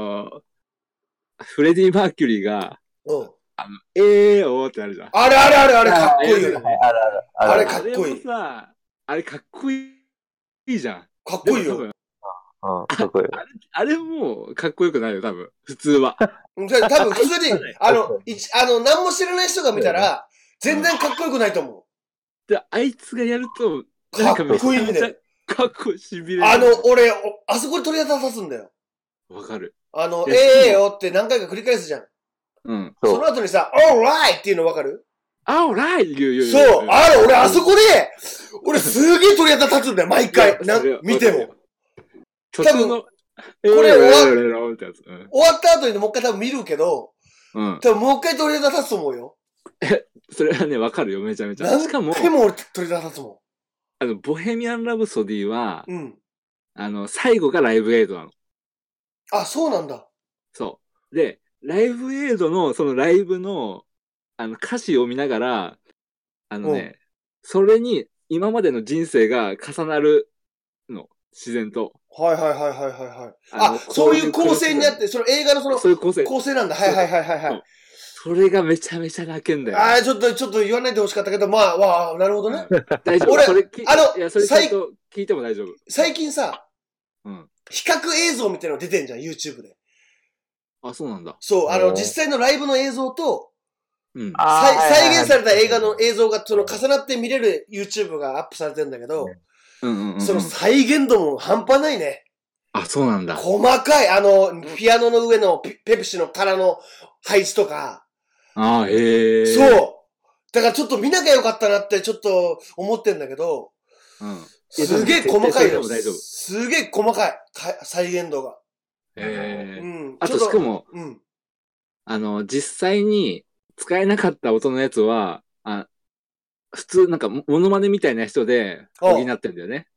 フレディ・マーキュリーが、おーってなるじゃん。 あれ、かっこいいよね。あれかっこいい。 あれかっこいいじゃん。 かっこいいよ。 あれもかっこよくないよ、多分。普通は。 多分普通に、何も知らない人が見たら、全然かっこよくないと思う。 で、あいつがやると、 かっこいいんだよ。 かっこしびれる。 俺、あそこで鳥肌立つんだよ。 わかる。 よって何回か繰り返すじゃん。その後にさ、alright っていうのわかる？ alright そう、俺あそこで、俺すげえ鳥肌立つんだよ、毎回。見ても。多分、これ終わった後にもう一回多分見るけど、多分もう一回鳥肌立つと思うよ。 それはね、わかるよ、めちゃめちゃ。しかも、 俺鳥肌立つもん。ボヘミアン・ラブソディは、最後がライブエイドなの。 あ、そうなんだ。 そう。で、ライブエイドの、そのライブの、歌詞を見ながら、それに今までの人生が重なるの、自然と。 はい。そういう構成になって、その映画のそういう構成なんだ。はい。 それがめちゃめちゃ泣けんだよ。 ちょっと言わないでほしかったけど、なるほどね。 大丈夫。それちゃんと聞いても大丈夫。 最近さ、比較映像みたいなの出てんじゃん、YouTube で。 あ、そうなんだ。 そう、実際のライブの映像と、再現された映画の映像が重なって見れる YouTube がアップされてるんだけど、その再現度も半端ないね。 あ、そうなんだ。 細かい、ピアノの上のペプシの殻の配置とか。そう。だからちょっと見なきゃよかったなってちょっと思ってんだけど、すげえ細かいよ。すげえ細かい。再現度が。 あとしかも、実際に使えなかった音のやつは、普通なんかモノマネみたいな人で補ってんだよね。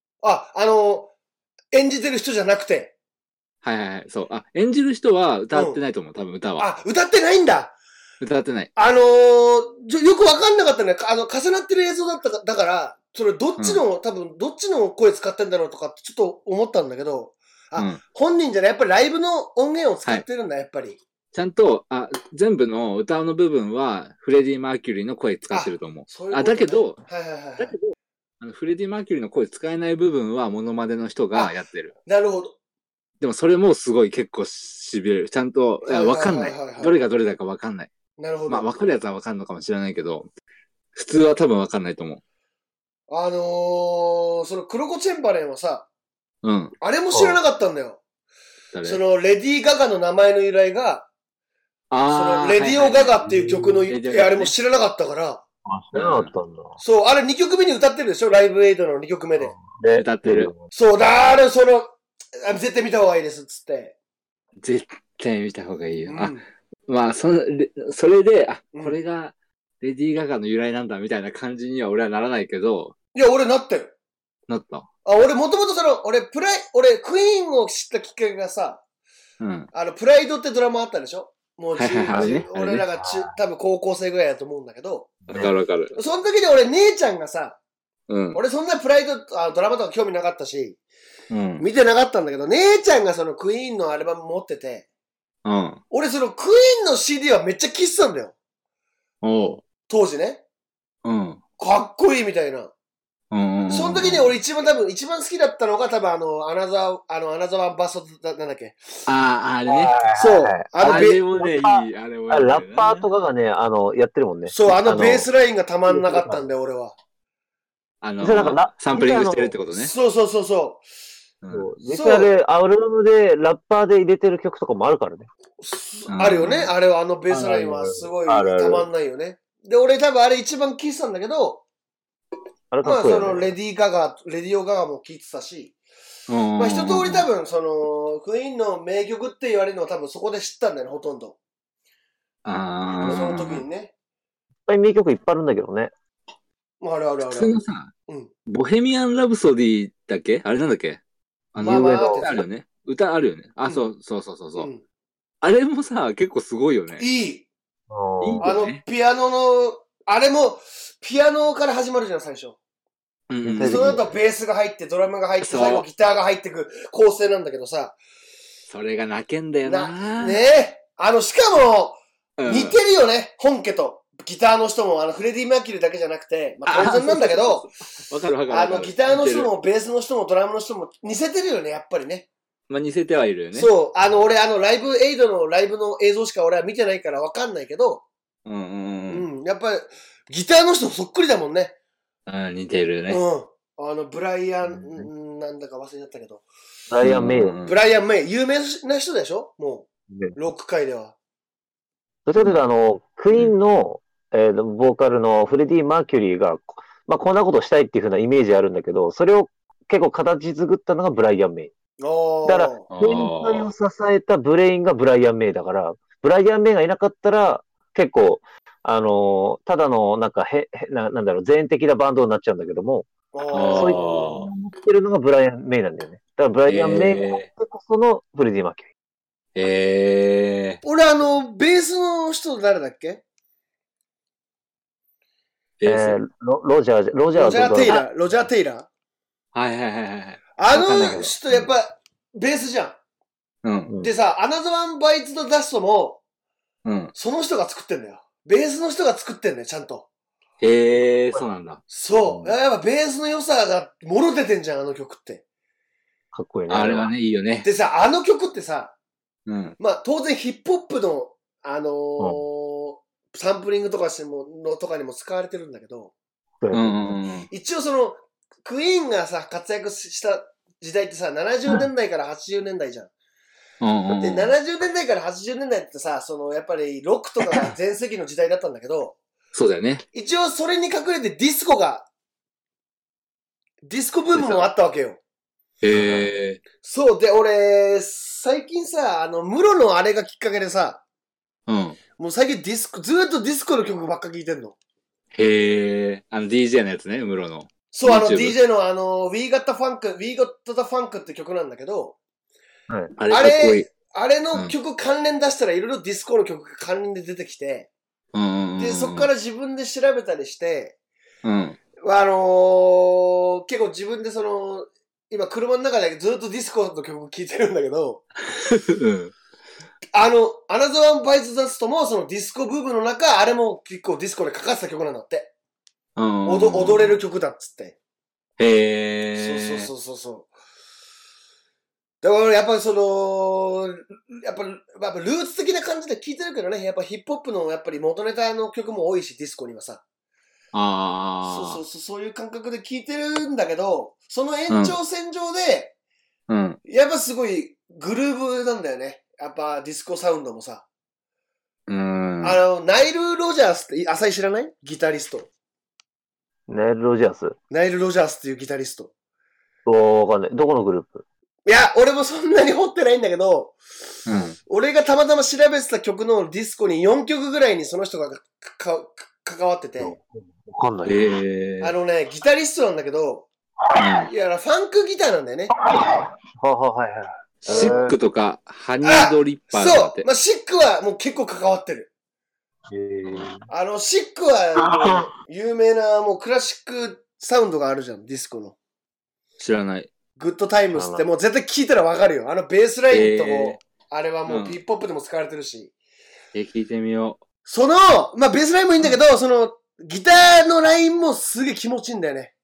演じてる人じゃなくて。 はい、そう。演じる人は歌ってないと思う、多分歌は。 歌ってないんだ。 歌ってない。 よくわかんなかったね。重なってる映像だから、それ多分どっちの声使ってんだろうとかってちょっと思ったんだけど、本人じゃない、やっぱりライブの音源を使ってるんだ、やっぱり。 ちゃんと、全部の歌の部分は、フレディ・マーキュリーの声使ってると思う。だけど、フレディ・マーキュリーの声使えない部分は、モノマネの人がやってる。 なるほど。 でも、それもすごい結構痺れる。ちゃんと、わかんない。どれがどれだかわかんない。 なるほど。 まあ、わかるやつはわかんのかもしれないけど、普通は多分わかんないと思う。 そのクロコ・チェンバレンはさ、あれも知らなかったんだよ。その、レディー・ガガの名前の由来が、その、レディオ・ガガっていう曲の、あれも知らなかったから。 知らなかったんだ。 そう、あれ2曲目に歌ってるでしょ、ライブエイドの2曲目で。 歌ってる。 そう、絶対見た方がいいです、つって。 絶対見た方がいいよ。まあ、それで、これが、レディー・ガガの由来なんだ、みたいな感じには俺はならないけど。 いや、俺なったよ。 なった。 俺もともと俺クイーンを知ったきっかけがさ、プライドってドラマあったでしょ？もう俺らが多分高校生ぐらいだと思うんだけど。 わかる。 その時で俺姉ちゃんがさ、 俺そんなプライド、ドラマとか興味なかったし、見てなかったんだけど、姉ちゃんがそのクイーンのアルバム持ってて、俺そのクイーンの CD はめっちゃ聴いてたんだよ。当時ね。かっこいいみたいな。その時に俺一番好きだったのが多分アナザーバストなんだっけ。 あれね。 そう。 あれもね、いい。あれもいい。 ラッパーとかがね、やってるもんね。 そう、ベースラインがたまんなかったんだよ、俺は。 サンプリングしてるってことね。 そう。 実際あれ、アルバムでラッパーで入れてる曲とかもあるからね。 あるよね。あれはベースラインはすごいたまんないよね。で、俺多分あれ一番聴いてたんだけど、まあそのレディオガガも聴いてたし、まあ一通り多分その、クイーンの名曲って言われるのは多分そこで知ったんだよね、ほとんど。その時にね。 いっぱい名曲いっぱいあるんだけどね。 ある。 普通のさ、ボヘミアン・ラブソディだっけあれなんだっけ有名な歌あるよね。歌あるよね。そう。あれもさ、結構すごいよね。 いい。ピアノの、あれも、ピアノから始まるじゃん、最初。その後ベースが入って、ドラムが入って、最後ギターが入ってく構成なんだけどさ。 それが泣けんだよな。 ねえ。しかも、似てるよね、本家と。ギターの人も、フレディ・マーキュリーだけじゃなくて、まあ当然なんだけど、 わかる。 ギターの人も、ベースの人も、ドラムの人も似せてるよね、やっぱりね。 まあ似せてはいるよね。 そう。俺、ライブエイドのライブの映像しか俺は見てないからわかんないけど、やっぱり、ギターの人そっくりだもんね。 似てるね。 ブライアン、なんだか忘れちゃったけど。 ブライアン・メイ。 ブライアン・メイ。有名な人でしょもう、ロック界では。 ということで、クイーンの、ボーカルのフレディ・マーキュリーが、まあ、こんなことしたいっていう風なイメージあるんだけど、それを結構形作ったのがブライアン・メイ。だから、天才を支えたブレインがブライアン・メイだから、ブライアン・メイがいなかったら、結構、ただの、なんか、なんだろう、全的なバンドになっちゃうんだけども、そういうのを持ってるのがブライアン・メイなんだよね。だから、ブライアン・メイが持ってこそのフレディ・マーキュリー。 俺ベースの人誰だっけロジャー・テイラーはい。 人やっぱ、ベースじゃん。でさ、アナザーワンバイツとダストも、その人が作ってんだよ。ベースの人が作ってんだよ、ちゃんと。 そうなんだ。 そう。やっぱベースの良さが、もろ出てんじゃん、あの曲って。 かっこいいね。 あれはね、いいよね。 でさ、あの曲ってさ、まあ当然ヒップホップの、サンプリングとかにも使われてるんだけど、一応その、クイーンがさ、活躍した時代ってさ、70年代から80年代じゃん。で、70年代から80年代ってさ、やっぱりロックとかが全盛期の時代だったんだけど、 そうだよね。 一応それに隠れてディスコブームもあったわけよ。そう。で、俺、最近さ、ムロのあれがきっかけでさ、もう最近ずーっとディスコの曲ばっか聴いてんの。 DJ のやつね、ムロの。 そう、DJ のWe Got the Funk って曲なんだけど、あれの曲関連出したらいろいろディスコの曲が関連で出てきて、で、そっから自分で調べたりして、結構自分で今車の中でずっとディスコの曲聴いてるんだけど、アナザーワンバイツダストもそのディスコブームの中、あれも結構ディスコでかかってた曲なんだって。踊れる曲だっつって。そう。だからやっぱりやっぱルーツ的な感じで聴いてるけどね、やっぱヒップホップのやっぱり元ネタの曲も多いし、ディスコにはさ。そういう感覚で聴いてるんだけど、その延長線上で、やっぱすごいグルーブなんだよね。やっぱディスコサウンドもさ。ナイル・ロジャースって浅井知らない？ギタリスト。 ナイル・ロジャースっていうギタリスト。 わかんない。どこのグループ？ いや、俺もそんなに掘ってないんだけど、俺がたまたま調べてた曲のディスコに4曲ぐらいにその人が関わってて。わかんない。 ギタリストなんだけど、いや、ファンクギターなんだよね。 シックとか、ハニードリッパーとかって。 そう。まあ、シックはもう結構関わってる。シックは、有名なもうクラシックサウンドがあるじゃん、ディスコの。 知らない。 グッドタイムスってもう絶対聞いたらわかるよ。ベースラインとも、あれはもうヒップホップでも使われてるし。 聞いてみよう。 ベースラインもいいんだけど、ギターのラインもすげえ気持ちいいんだよね。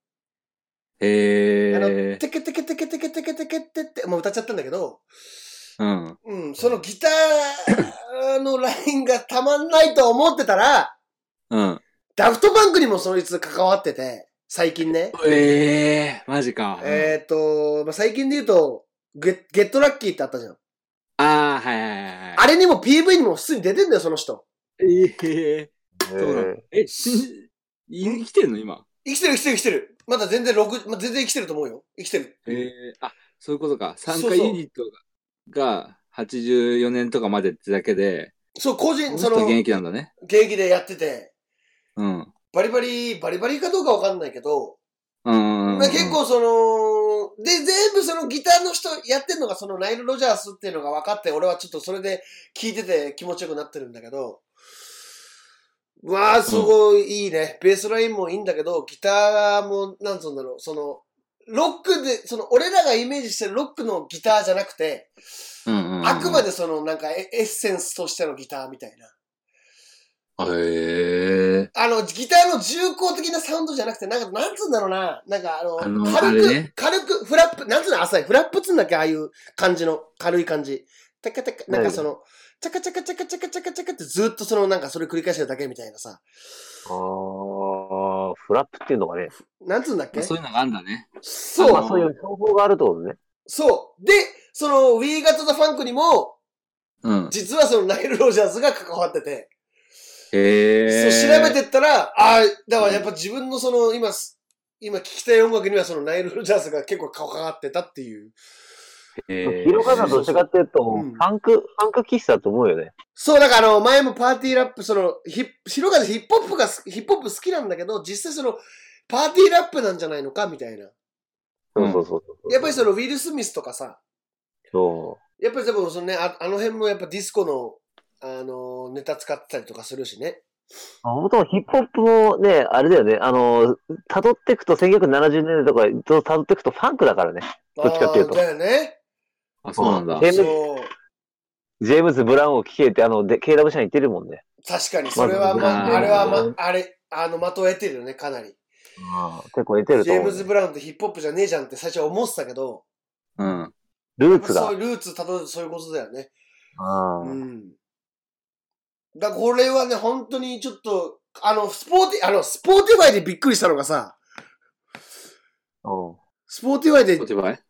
テケテケテケテケテケテケテって、もう歌っちゃったんだけど、そのギターのラインがたまんないと思ってたら、ダフトパンクにもそいつ関わってて、最近ね。 マジか。 最近で言うと、ゲットラッキーってあったじゃん。 はい。 あれにも PV にも普通に出てんだよ、その人。 そうなの。生きてんの今。 生きてる。まだ全然全然生きてると思うよ。生きてる。 そういうことか。参加ユニットが84年とかまでってだけで。 そう、個人、 現役なんだね。 現役でやってて。バリバリかどうかわかんないけど。結構全部そのギターの人やってんのがそのナイル・ロジャースっていうのが分かって、俺はちょっとそれで聴いてて気持ちよくなってるんだけど。すごいいいね。ベースラインもいいんだけど、ギターも、なんつうんだろう、ロックで、俺らがイメージしてるロックのギターじゃなくて、あくまでなんかエッセンスとしてのギターみたいな。ギターの重厚的なサウンドじゃなくて、なんつうんだろうな。軽く、フラップ、なんつうの浅い、フラップつんだっけ、ああいう感じの、軽い感じ。なんかチャカチャカチャカチャカチャカチャカってずっとなんかそれ繰り返してるだけみたいなさ。 フラップっていうのがね。 なんつうんだっけ、 そういうのがあるんだね。 そう。 そういう情報があるってことね。 そう。で、We Got the Funk にも、実はナイル・ロジャーズが関わってて。調べてったら、だからやっぱ自分の今聴きたい音楽にはナイル・ロジャーズが結構関わってたっていう。 ヒロカさんどっちかっていうと、ファンク喫茶だと思うよね。 そう、だから前もパーティーラップ、ヒロカさんヒップホップ好きなんだけど、実際パーティーラップなんじゃないのかみたいな。 そう。 やっぱりウィル・スミスとかさ。 そう。 やっぱりでもあの辺もやっぱディスコの、ネタ使ってたりとかするしね。 もともとヒップホップもね、あれだよね、辿っていくと1970年代とか辿っていくとファンクだからね。どっちかっていうと。 だよね。 そうなんだ。 ジェームズ・ブラウンを聴けって、KW 社に言ってるもんね。 確かに、それは、あれは、的を得てるよね、かなり。 結構得てると思う。 ジェームズ・ブラウンってヒップホップじゃねえじゃんって最初は思ってたけど。 ルーツが。 そういうルーツたどるそういうことだよね。だからこれはね、本当にちょっと、スポーティファイでびっくりしたのがさ、スポーティファイで、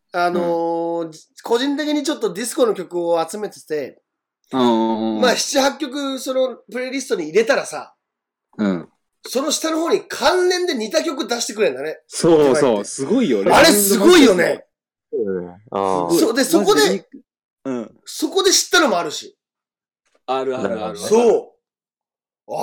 個人的にちょっとディスコの曲を集めてて、まあ、7、8曲、プレイリストに入れたらさ、その下の方に関連で似た曲出してくれるんだね。 そう、すごいよね。 あれすごいよね。そこで知ったのもあるし。 ある。 そう。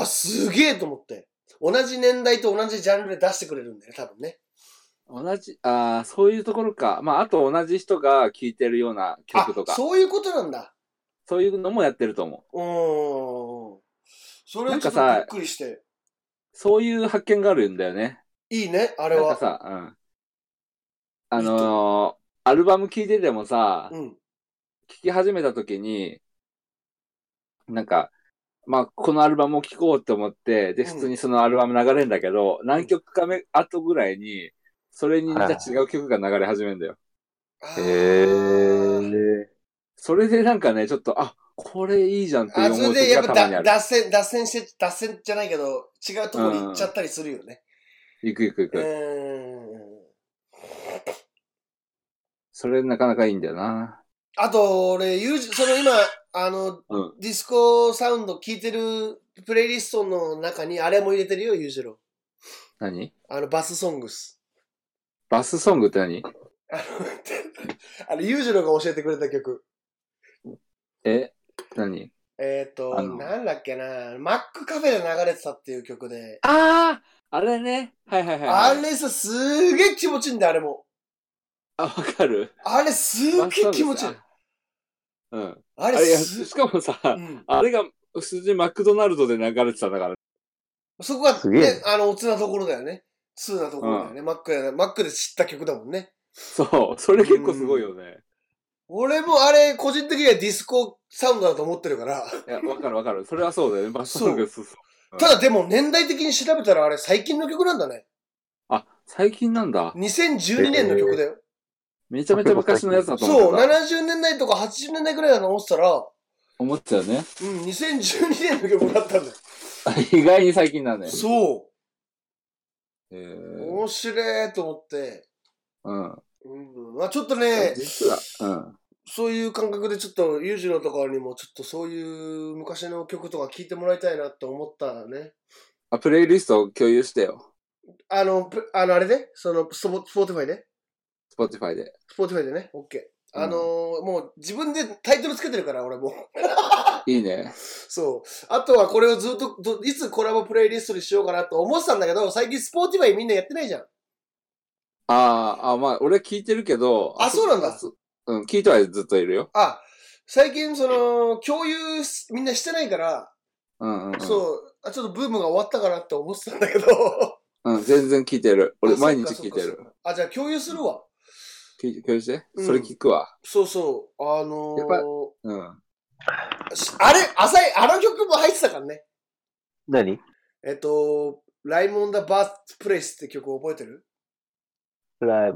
すげえと思って。同じ年代と同じジャンルで出してくれるんだよね、多分ね。 そういうところか。まあ、あと同じ人が聴いてるような曲とか。 そういうことなんだ。 そういうのもやってると思う。それはちょっとびっくりして。 そういう発見があるんだよね。 いいね、あれは。 なんかさ、アルバム聴いててもさ、聴き始めた時に、なんか、まあ、このアルバムを聴こうって思って、で、普通にそのアルバム流れるんだけど、何曲か後ぐらいに、それに似た違う曲が流れ始めるんだよ。それでなんかね、ちょっと、これいいじゃんって思う時がたまにある。 脱線じゃないけど、違うところに行っちゃったりするよね。 行く。それなかなかいいんだよな。 あと、俺、今、ディスコサウンド聴いてるプレイリストの中にあれも入れてるよ、ユージロ。 何？ バスソングス。 バスソングって何？ ユージロが教えてくれた曲。 何？ なんだっけな、マックカフェで流れてたっていう曲で。 あれね。はい。 あれさ、すげえ気持ちいいんだよ、あれも。 わかる？ あれすげえ気持ちいい。 あれしかもさ、あれが普通にマクドナルドで流れてたんだから。 そこがね、おつなところだよね。 2なところだよね。マックで知った曲だもんね。 そう。それ結構すごいよね。 俺もあれ、個人的にはディスコサウンドだと思ってるから。 いや、わかる。それはそうだよね。そう。 ただでも年代的に調べたらあれ最近の曲なんだね。 あ、最近なんだ。 2012年の曲だよ。 めちゃめちゃ昔のやつだと思ってた。そう、70年代とか80年代ぐらいだと思ってたら。 思ってたよね。 2012年の曲だったんだよ。 意外に最近なんだよ。 そう。面白いと思って。まあちょっとね、 実は、 そういう感覚でちょっと、裕次郎とかにもちょっとそういう昔の曲とか聴いてもらいたいなって思ったね。 プレイリストを共有してよ。 あれでスポーティファイでスポーティファイで。 スポーティファイでね。オッケー。もう自分でタイトルつけてるから、俺も。 いいね。 そう。あとはこれをずっと、いつコラボプレイリストにしようかなと思ってたんだけど、最近スポーティファイみんなやってないじゃん。 まあ、俺聞いてるけど。 そうなんだ。 聞いてはずっといるよ。 最近共有みんなしてないから、そう、ちょっとブームが終わったかなって思ってたんだけど。 全然聞いてる。俺毎日聞いてる。 じゃあ共有するわ。 共有して。それ聞くわ。 そうそう。あれ、あの曲も入ってたからね。 何？ ライモンダ・バースプレイスって曲覚えてる？ はい。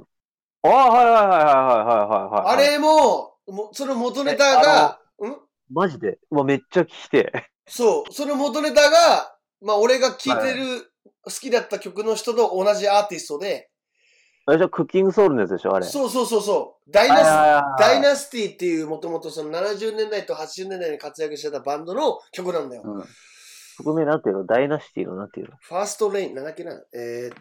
あれも、その元ネタが、 マジでめっちゃ聞きて。 そう、その元ネタが、まあ俺が聴いてる、好きだった曲の人と同じアーティストで、 あれじゃクッキングソウルのやつでしょあれ。 そう。ダイナスティっていうもともとその70年代と80年代に活躍してたバンドの曲なんだよ。 曲名なんていうの？ダイナシティのなんていうの？ ファーストレイン、なんだっけな。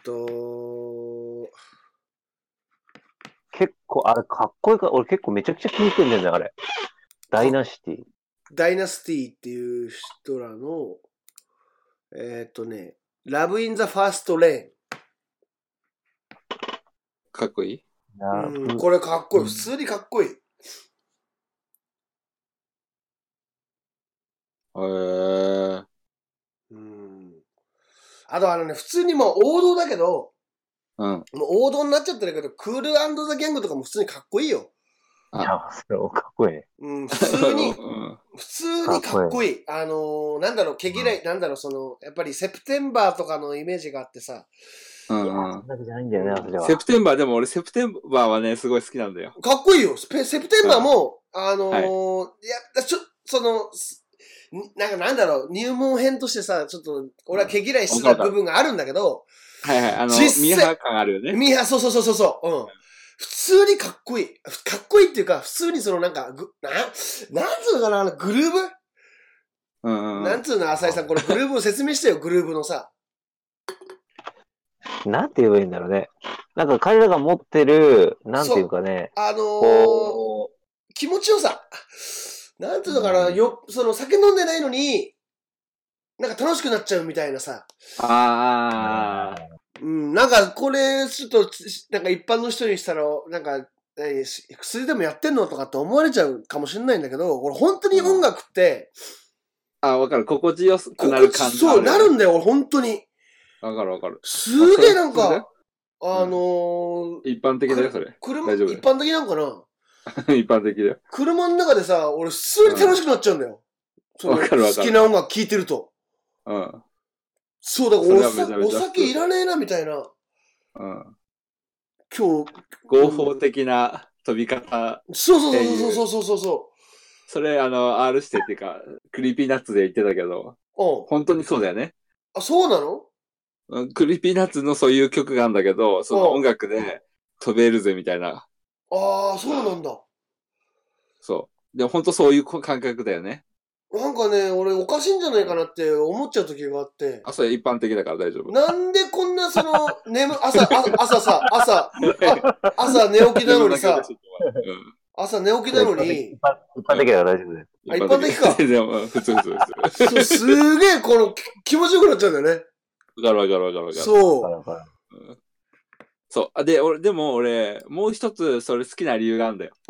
結構、あれかっこいいから、俺結構めちゃくちゃ聞いてんだよね、あれ。ダイナシティ。 ダイナスティっていう人らの、Love in the First Rain。 かっこいい？ これかっこいい。普通にかっこいい。あと普通にもう王道だけど、もう王道になっちゃってるけど、クール&ザ・ギャングとかも普通にかっこいいよ。 いや、それかっこいい。 普通にかっこいい。なんだろう、毛嫌い、やっぱりセプテンバーとかのイメージがあってさ。 そんなわけじゃないんだよね、それは。 セプテンバー、でも俺セプテンバーはね、すごい好きなんだよ。 かっこいいよ。セプテンバーも、なんだろう、入門編としてさ、ちょっと、俺は毛嫌いしてた部分があるんだけど、 ミーハー感あるよね。 ミーハー、そう。普通にかっこいい。かっこいいっていうか、普通になんつうのかな、グルーブなんつうの、浅井さん、これグルーブを説明してよ、グルーブのさ。 なんて言えばいいんだろうね。なんか彼らが持ってる、なんていうかね。 気持ちよさ。なんていうのかな、酒飲んでないのに、なんか楽しくなっちゃうみたいなさ。なんかこれ、ちょっと、なんか一般の人にしたら、なんか、薬でもやってんのとかって思われちゃうかもしれないんだけど、これ本当に音楽って、 わかる。心地よくなる感じ。 そう、なるんだよ、本当に。 わかる。 すげえなんか、 一般的だよ、それ。 大丈夫。一般的なんかな一般的だよ。 車の中でさ、俺普通に楽しくなっちゃうんだよ。 わかる。 好きな音楽聴いてると。そう、だからお酒いらねえな、みたいな。今日。 合法的な飛び方。 そう。 それ、R 指定っていうか、クリーピーナッツで言ってたけど、本当にそうだよね。 そうなの？ クリーピーナッツのそういう曲があるんだけど、その音楽で飛べるぜみたいな。 そうなんだ。 そう。でも本当そういう感覚だよね。 なんかね、俺おかしいんじゃないかなって思っちゃう時があって。 それ一般的だから大丈夫。 なんでこんな朝寝起きなのにさ、朝寝起きなのに。 一般的だから大丈夫だよ。 一般的か。 でも普通。 すげえ気持ちよくなっちゃうんだよね。 わかる。 そう。 そう。でも俺、もう一つそれ好きな理由があるんだよ。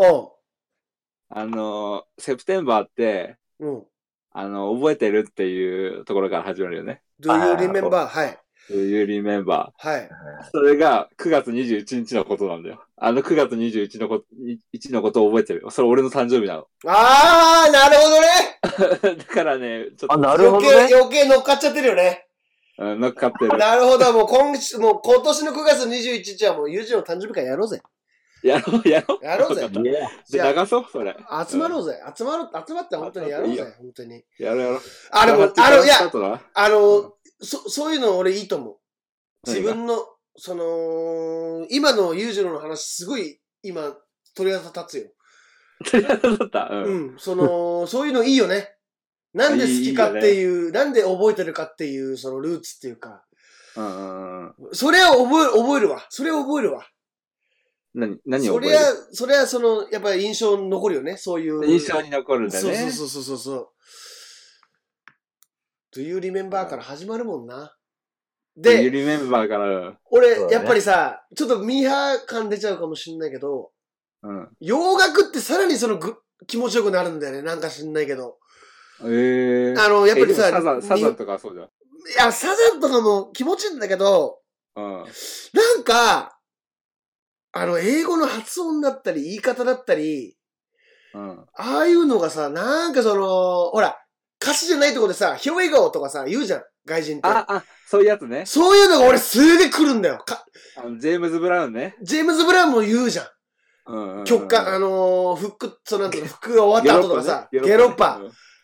セプテンバーって、覚えてるっていうところから始まるよね。 Do you remember? はい。 Do you remember? はい。 それが9月21日のことなんだよ。9月21日のことを覚えてるよ。それ俺の誕生日なの。 あー、なるほどね。だからね、 ちょっとなるほどね、 余計乗っかっちゃってるよね。 乗っかってる。 なるほど、もう今年の9月21日はもうユージの誕生日会やろうぜ。 やろうぜ。 じゃあ流そう、それ。 集まろうぜ。集まって本当にやろうぜ。本当に。 やろう。 そういうの俺いいと思う。自分の、今の裕次郎の話すごい今鳥肌立つよ。 鳥肌立った？ うん。そういうのいいよね。なんで好きかっていう、なんで覚えてるかっていう、そのルーツっていうか。それは覚えるわ。それを覚えるわ。 何を覚える？ それはやっぱり印象に残るよね。そういう。 印象に残るんだね。 そう。Do you remember から始まるもんな。 で、Do you remember から。 俺、やっぱりさ、ちょっとミーハー感出ちゃうかもしんないけど、洋楽ってさらに気持ちよくなるんだよね。なんか知んないけど。やっぱりさ、 サザンとかそうじゃん。 いや、サザンとかも気持ちいいんだけど、なんか、英語の発音だったり、言い方だったり、ああいうのがさ、なんかほら、歌詞じゃないとこでさ、ひょえ顔とかさ、言うじゃん、外人って。 そういうやつね。 そういうのが俺すげえ来るんだよ。 ジェームズ・ブラウンね。 ジェームズ・ブラウンも言うじゃん。曲か、服が終わった後とかさ、ゲロッパ。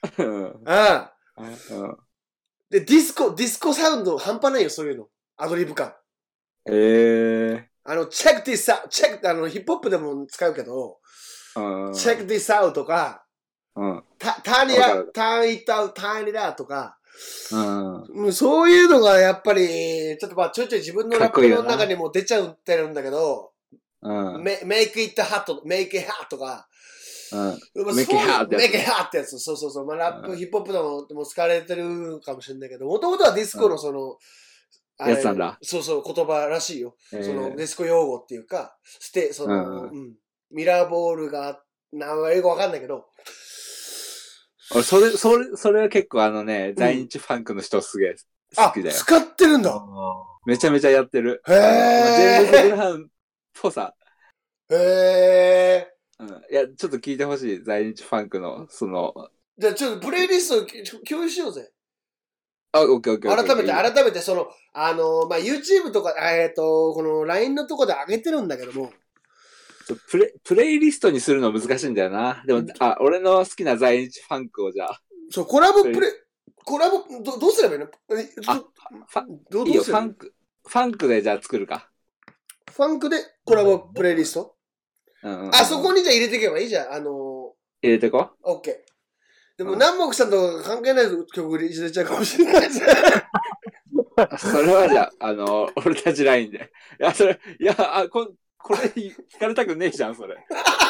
で、ディスコサウンド半端ないよ、そういうの。アドリブ感。チェックディスアウト、ヒップホップでも使うけど、チェックディスアウトとか、ターニラとか、そういうのがやっぱり、ちょっとちょいちょい自分のラップの中にも出ちゃってるんだけど、make it hot とか、make it hot ってやつ。そう。まあ、ラップ、ヒップホップでも使われてるかもしれないけど、もともとはディスコのやつなんだ。 そう、言葉らしいよ。ディスコ用語っていうか、ミラーボールが、英語わかんないけど。 それは結構在日ファンクの人すげえ好きだよ。 使ってるんだ。 めちゃめちゃやってる。 へー。 ジェームズ・ブラウンっぽさ。 へー。いや、ちょっと聞いてほしい。在日ファンクの、 じゃあちょっとプレイリスト共有しようぜ。 オッケー。 改めて、まあ、YouTube とか、この LINE のとこで上げてるんだけども。 プレイリストにするの難しいんだよな。でも、俺の好きな在日ファンクをじゃあ。 そう、コラボ、どうすればいいの？ いいよ、ファンクでじゃあ作るか。 ファンクでコラボプレイリスト？そこにじゃあ入れていけばいいじゃん。 入れてこ？ オッケー。でも、南北さんと関係ない曲入れちゃうかもしれないです。 それはじゃあ、俺たちラインで。これ、聞かれたくねえじゃん、それ。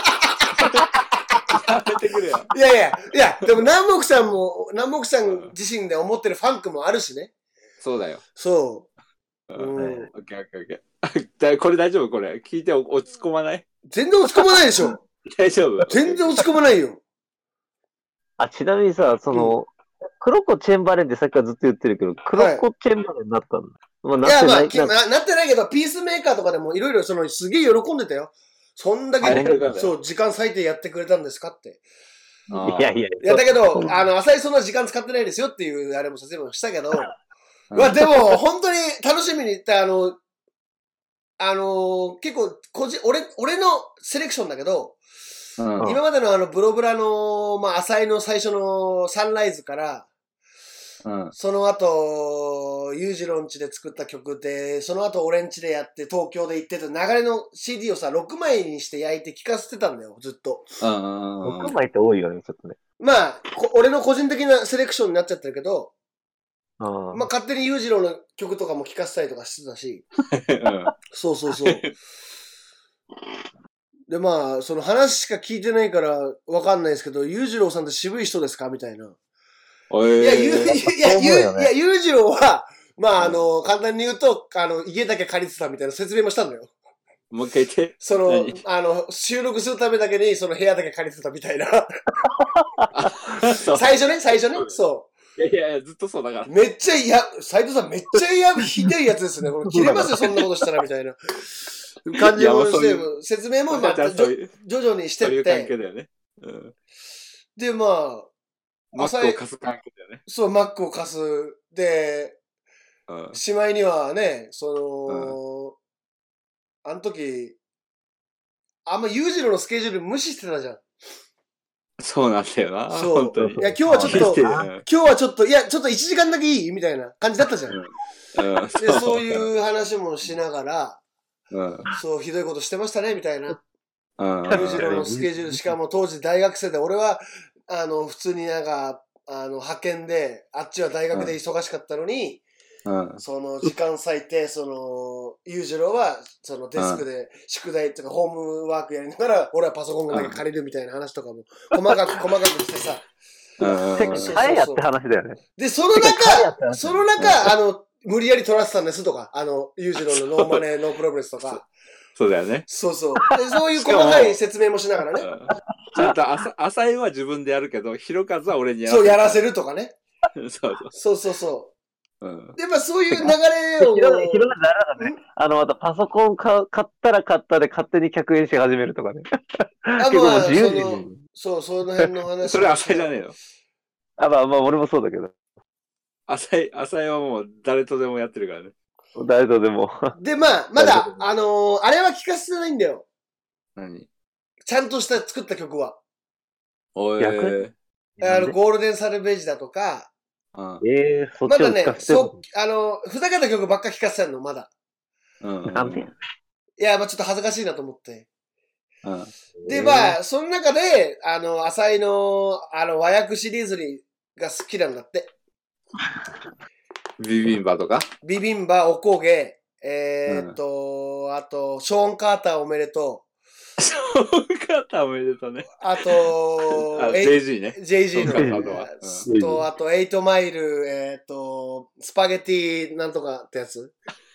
やめてくれよ。 いや、でも南北さん自身で思ってるファンクもあるしね。 そうだよ。 そう。 オッケー。これ大丈夫？これ。聞いて落ち込まない？ 全然落ち込まないでしょ。 大丈夫？ 全然落ち込まないよ。 ちなみにさ、クロコチェンバレンってさっきからずっと言ってるけど、クロコチェンバレンになったんだ。 なってないけど、ピースメーカーとかでもいろいろすげえ喜んでたよ。そんだけ、時間割いてやってくれたんですかって。 いや、 だけど、浅井そんな時間使ってないですよっていう、あれも説明したけど、でも、本当に楽しみに行った、結構、俺のセレクションだけど、今までのブロブラの、浅井の最初のサンライズから、その後、裕次郎んちで作った曲で、その後俺んちでやって東京で行ってた流れの CD をさ、6枚にして焼いて聴かせてたんだよ、ずっと。 6枚って多いよね、ちょっとね。 俺の個人的なセレクションになっちゃってるけど、勝手に裕次郎の曲とかも聴かせたりとかしてたし。そう。で、その話しか聞いてないからわかんないですけど、裕次郎さんって渋い人ですかみたいな。裕次郎は、簡単に言うと、家だけ借りてたみたいな説明もしたんだよ。 もう一回言って。 収録するためだけに、部屋だけ借りてたみたいな。最初ね、そう。 いやいや、ずっとそうだから。 めっちゃ斉藤さんめっちゃひどいやつですね。これ切れますよ、そんなことしたら、みたいな感じをして、説明も徐々にしてって。そういう関係だよね。で、マックを貸す関係だよね。 そう、マックを貸す。で、しまいにはね、あの時、あんま裕次郎のスケジュール無視してたじゃん。 そうなんだよな。そう。本当に。 いや、今日はちょっと、いや、ちょっと1時間だけいいみたいな感じだったじゃん。で、そういう話もしながら、そう、ひどいことしてましたね、みたいな。裕次郎のスケジュール、しかも当時大学生で、俺は、普通になんか、派遣で、あっちは大学で忙しかったのに、その時間割いて、裕次郎は、そのデスクで宿題とかホームワークやりながら、俺はパソコンだけ借りるみたいな話とかも、細かくしてさ。 はいやって話だよね。 で、その中、無理やり取らせたんですとか、裕次郎のノーマネー、ノープログレスとか。 そうだよね。 そうそう。でそういう細かい説明もしながらね。 ちゃんと浅井は自分でやるけど、ひろかずは俺にやらせるとかね。 そう。 やっぱそういう流れを。 ひろかずあれだね。またパソコン買ったら買ったで勝手に客演し始めるとかね。 その辺の話。 それ浅井じゃねえよ。 まあ俺もそうだけど。 浅井はもう誰とでもやってるからね。 誰とでも。 で、まだ、あれは聞かせてないんだよ。 何？ ちゃんと作った曲は。 ゴールデンサルベージだとか。 そっちまだね、ふざけた曲ばっか聞かせてんの、まだ。 なんで？ いや、ちょっと恥ずかしいなと思って。で、その中で、浅井の、和訳シリーズが好きなんだって。 ビビンバとか？ ビビンバ、おこげ、あと、ショーン・カーターおめでとう。 ショーン・カーターおめでとうね。 あと、 JG ね。 JG の。あと、8マイル、スパゲティなんとかってやつ。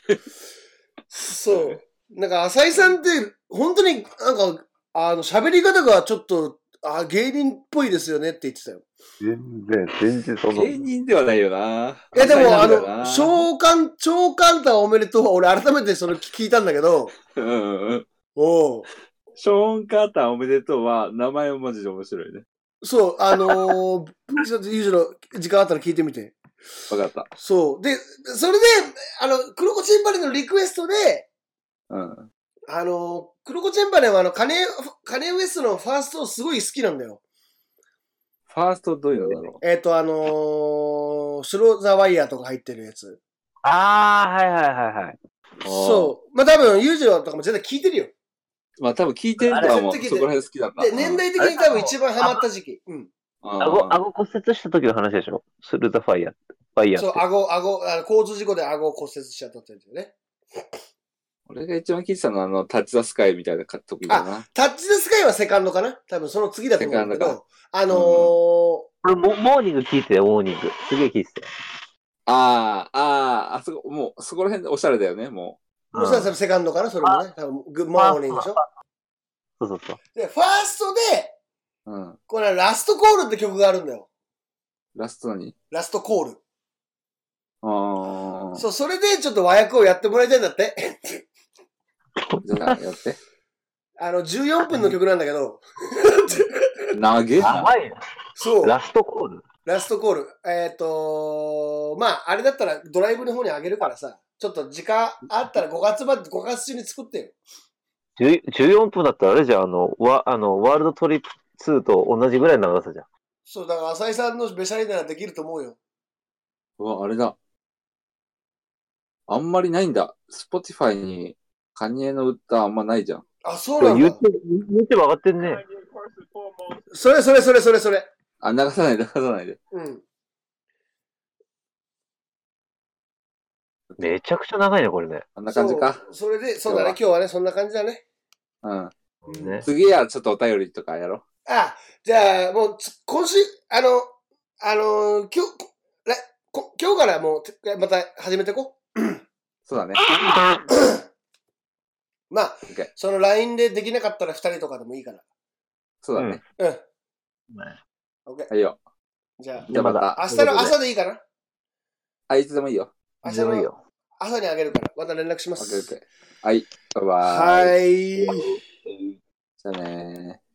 そう。なんか、浅井さんって、本当になんか、喋り方がちょっと、芸人っぽいですよねって言ってたよ。 全然その。 芸人ではないよな。 いやでも召喚ターおめでとうは俺改めてそれ聞いたんだけど。おう。 ショーン・カーターおめでとうは名前もマジで面白いね。 そう、ちょっとユージの時間あったら聞いてみて。 わかった。 そう。で、それで、クロコチェンバレのリクエストで、クロコチェンバレはカネウエストのファーストすごい好きなんだよ。 ファーストどういうのだろうスローザワイヤーとか入ってるやつ。 はい。 そう。多分、ユージロとかも絶対聞いてるよ。 多分聞いてる人はもうそこら辺好きだった。 で、年代的に多分一番ハマった時期。 顎骨折した時の話でしょ？スルーザファイヤー。 そう、交通事故で顎を骨折しちゃったってやつよね。 俺が一番聞いてたのはタッチザスカイみたいな時だな。 タッチザスカイはセカンドかな？多分その次だと思うんだけど。 モーニング聞いてよ、モーニング。すげえ聞いてたよ。 もう、そこら辺でおしゃれだよね、もう。そしたらセカンドかな？それもね。多分グッモーニングでしょ？ そう。 で、ファーストで、これラストコールって曲があるんだよ。 ラスト何？ ラストコール。そう、それでちょっと和訳をやってもらいたいんだって。 じゃあ、やって。 14分の曲なんだけど。 長いな。 そう。 ラストコール。 あれだったらドライブの方にあげるからさ、ちょっと時間あったら5月中に作ってよ。 14分だったらあれじゃん、ワールドトリップ2と同じぐらいの長さじゃん。 そう、だから浅井さんのベシャリならできると思うよ。 あれだ。あんまりないんだ。Spotify にカニエの歌あんまないじゃん。 そうなんだ。 YouTube 上がってんね。 それ。 流さないで。 うん。 めちゃくちゃ長いね、これね。 あんな感じか。 それで、そうだね、今日はね、そんな感じだね。 次はちょっとお便りとかやろう。 じゃあ、もう、今週、今日からもう、また始めていこう。 そうだね。 その LINE でできなかったら2人とかでもいいから。 そうだね。 OK。 はいよ。 じゃあまた。 明日の朝でいいかな？ あ、いつでもいいよ。 明日の朝にあげるから、また連絡します。 はい、バイバイ。 はい。 じゃあねー。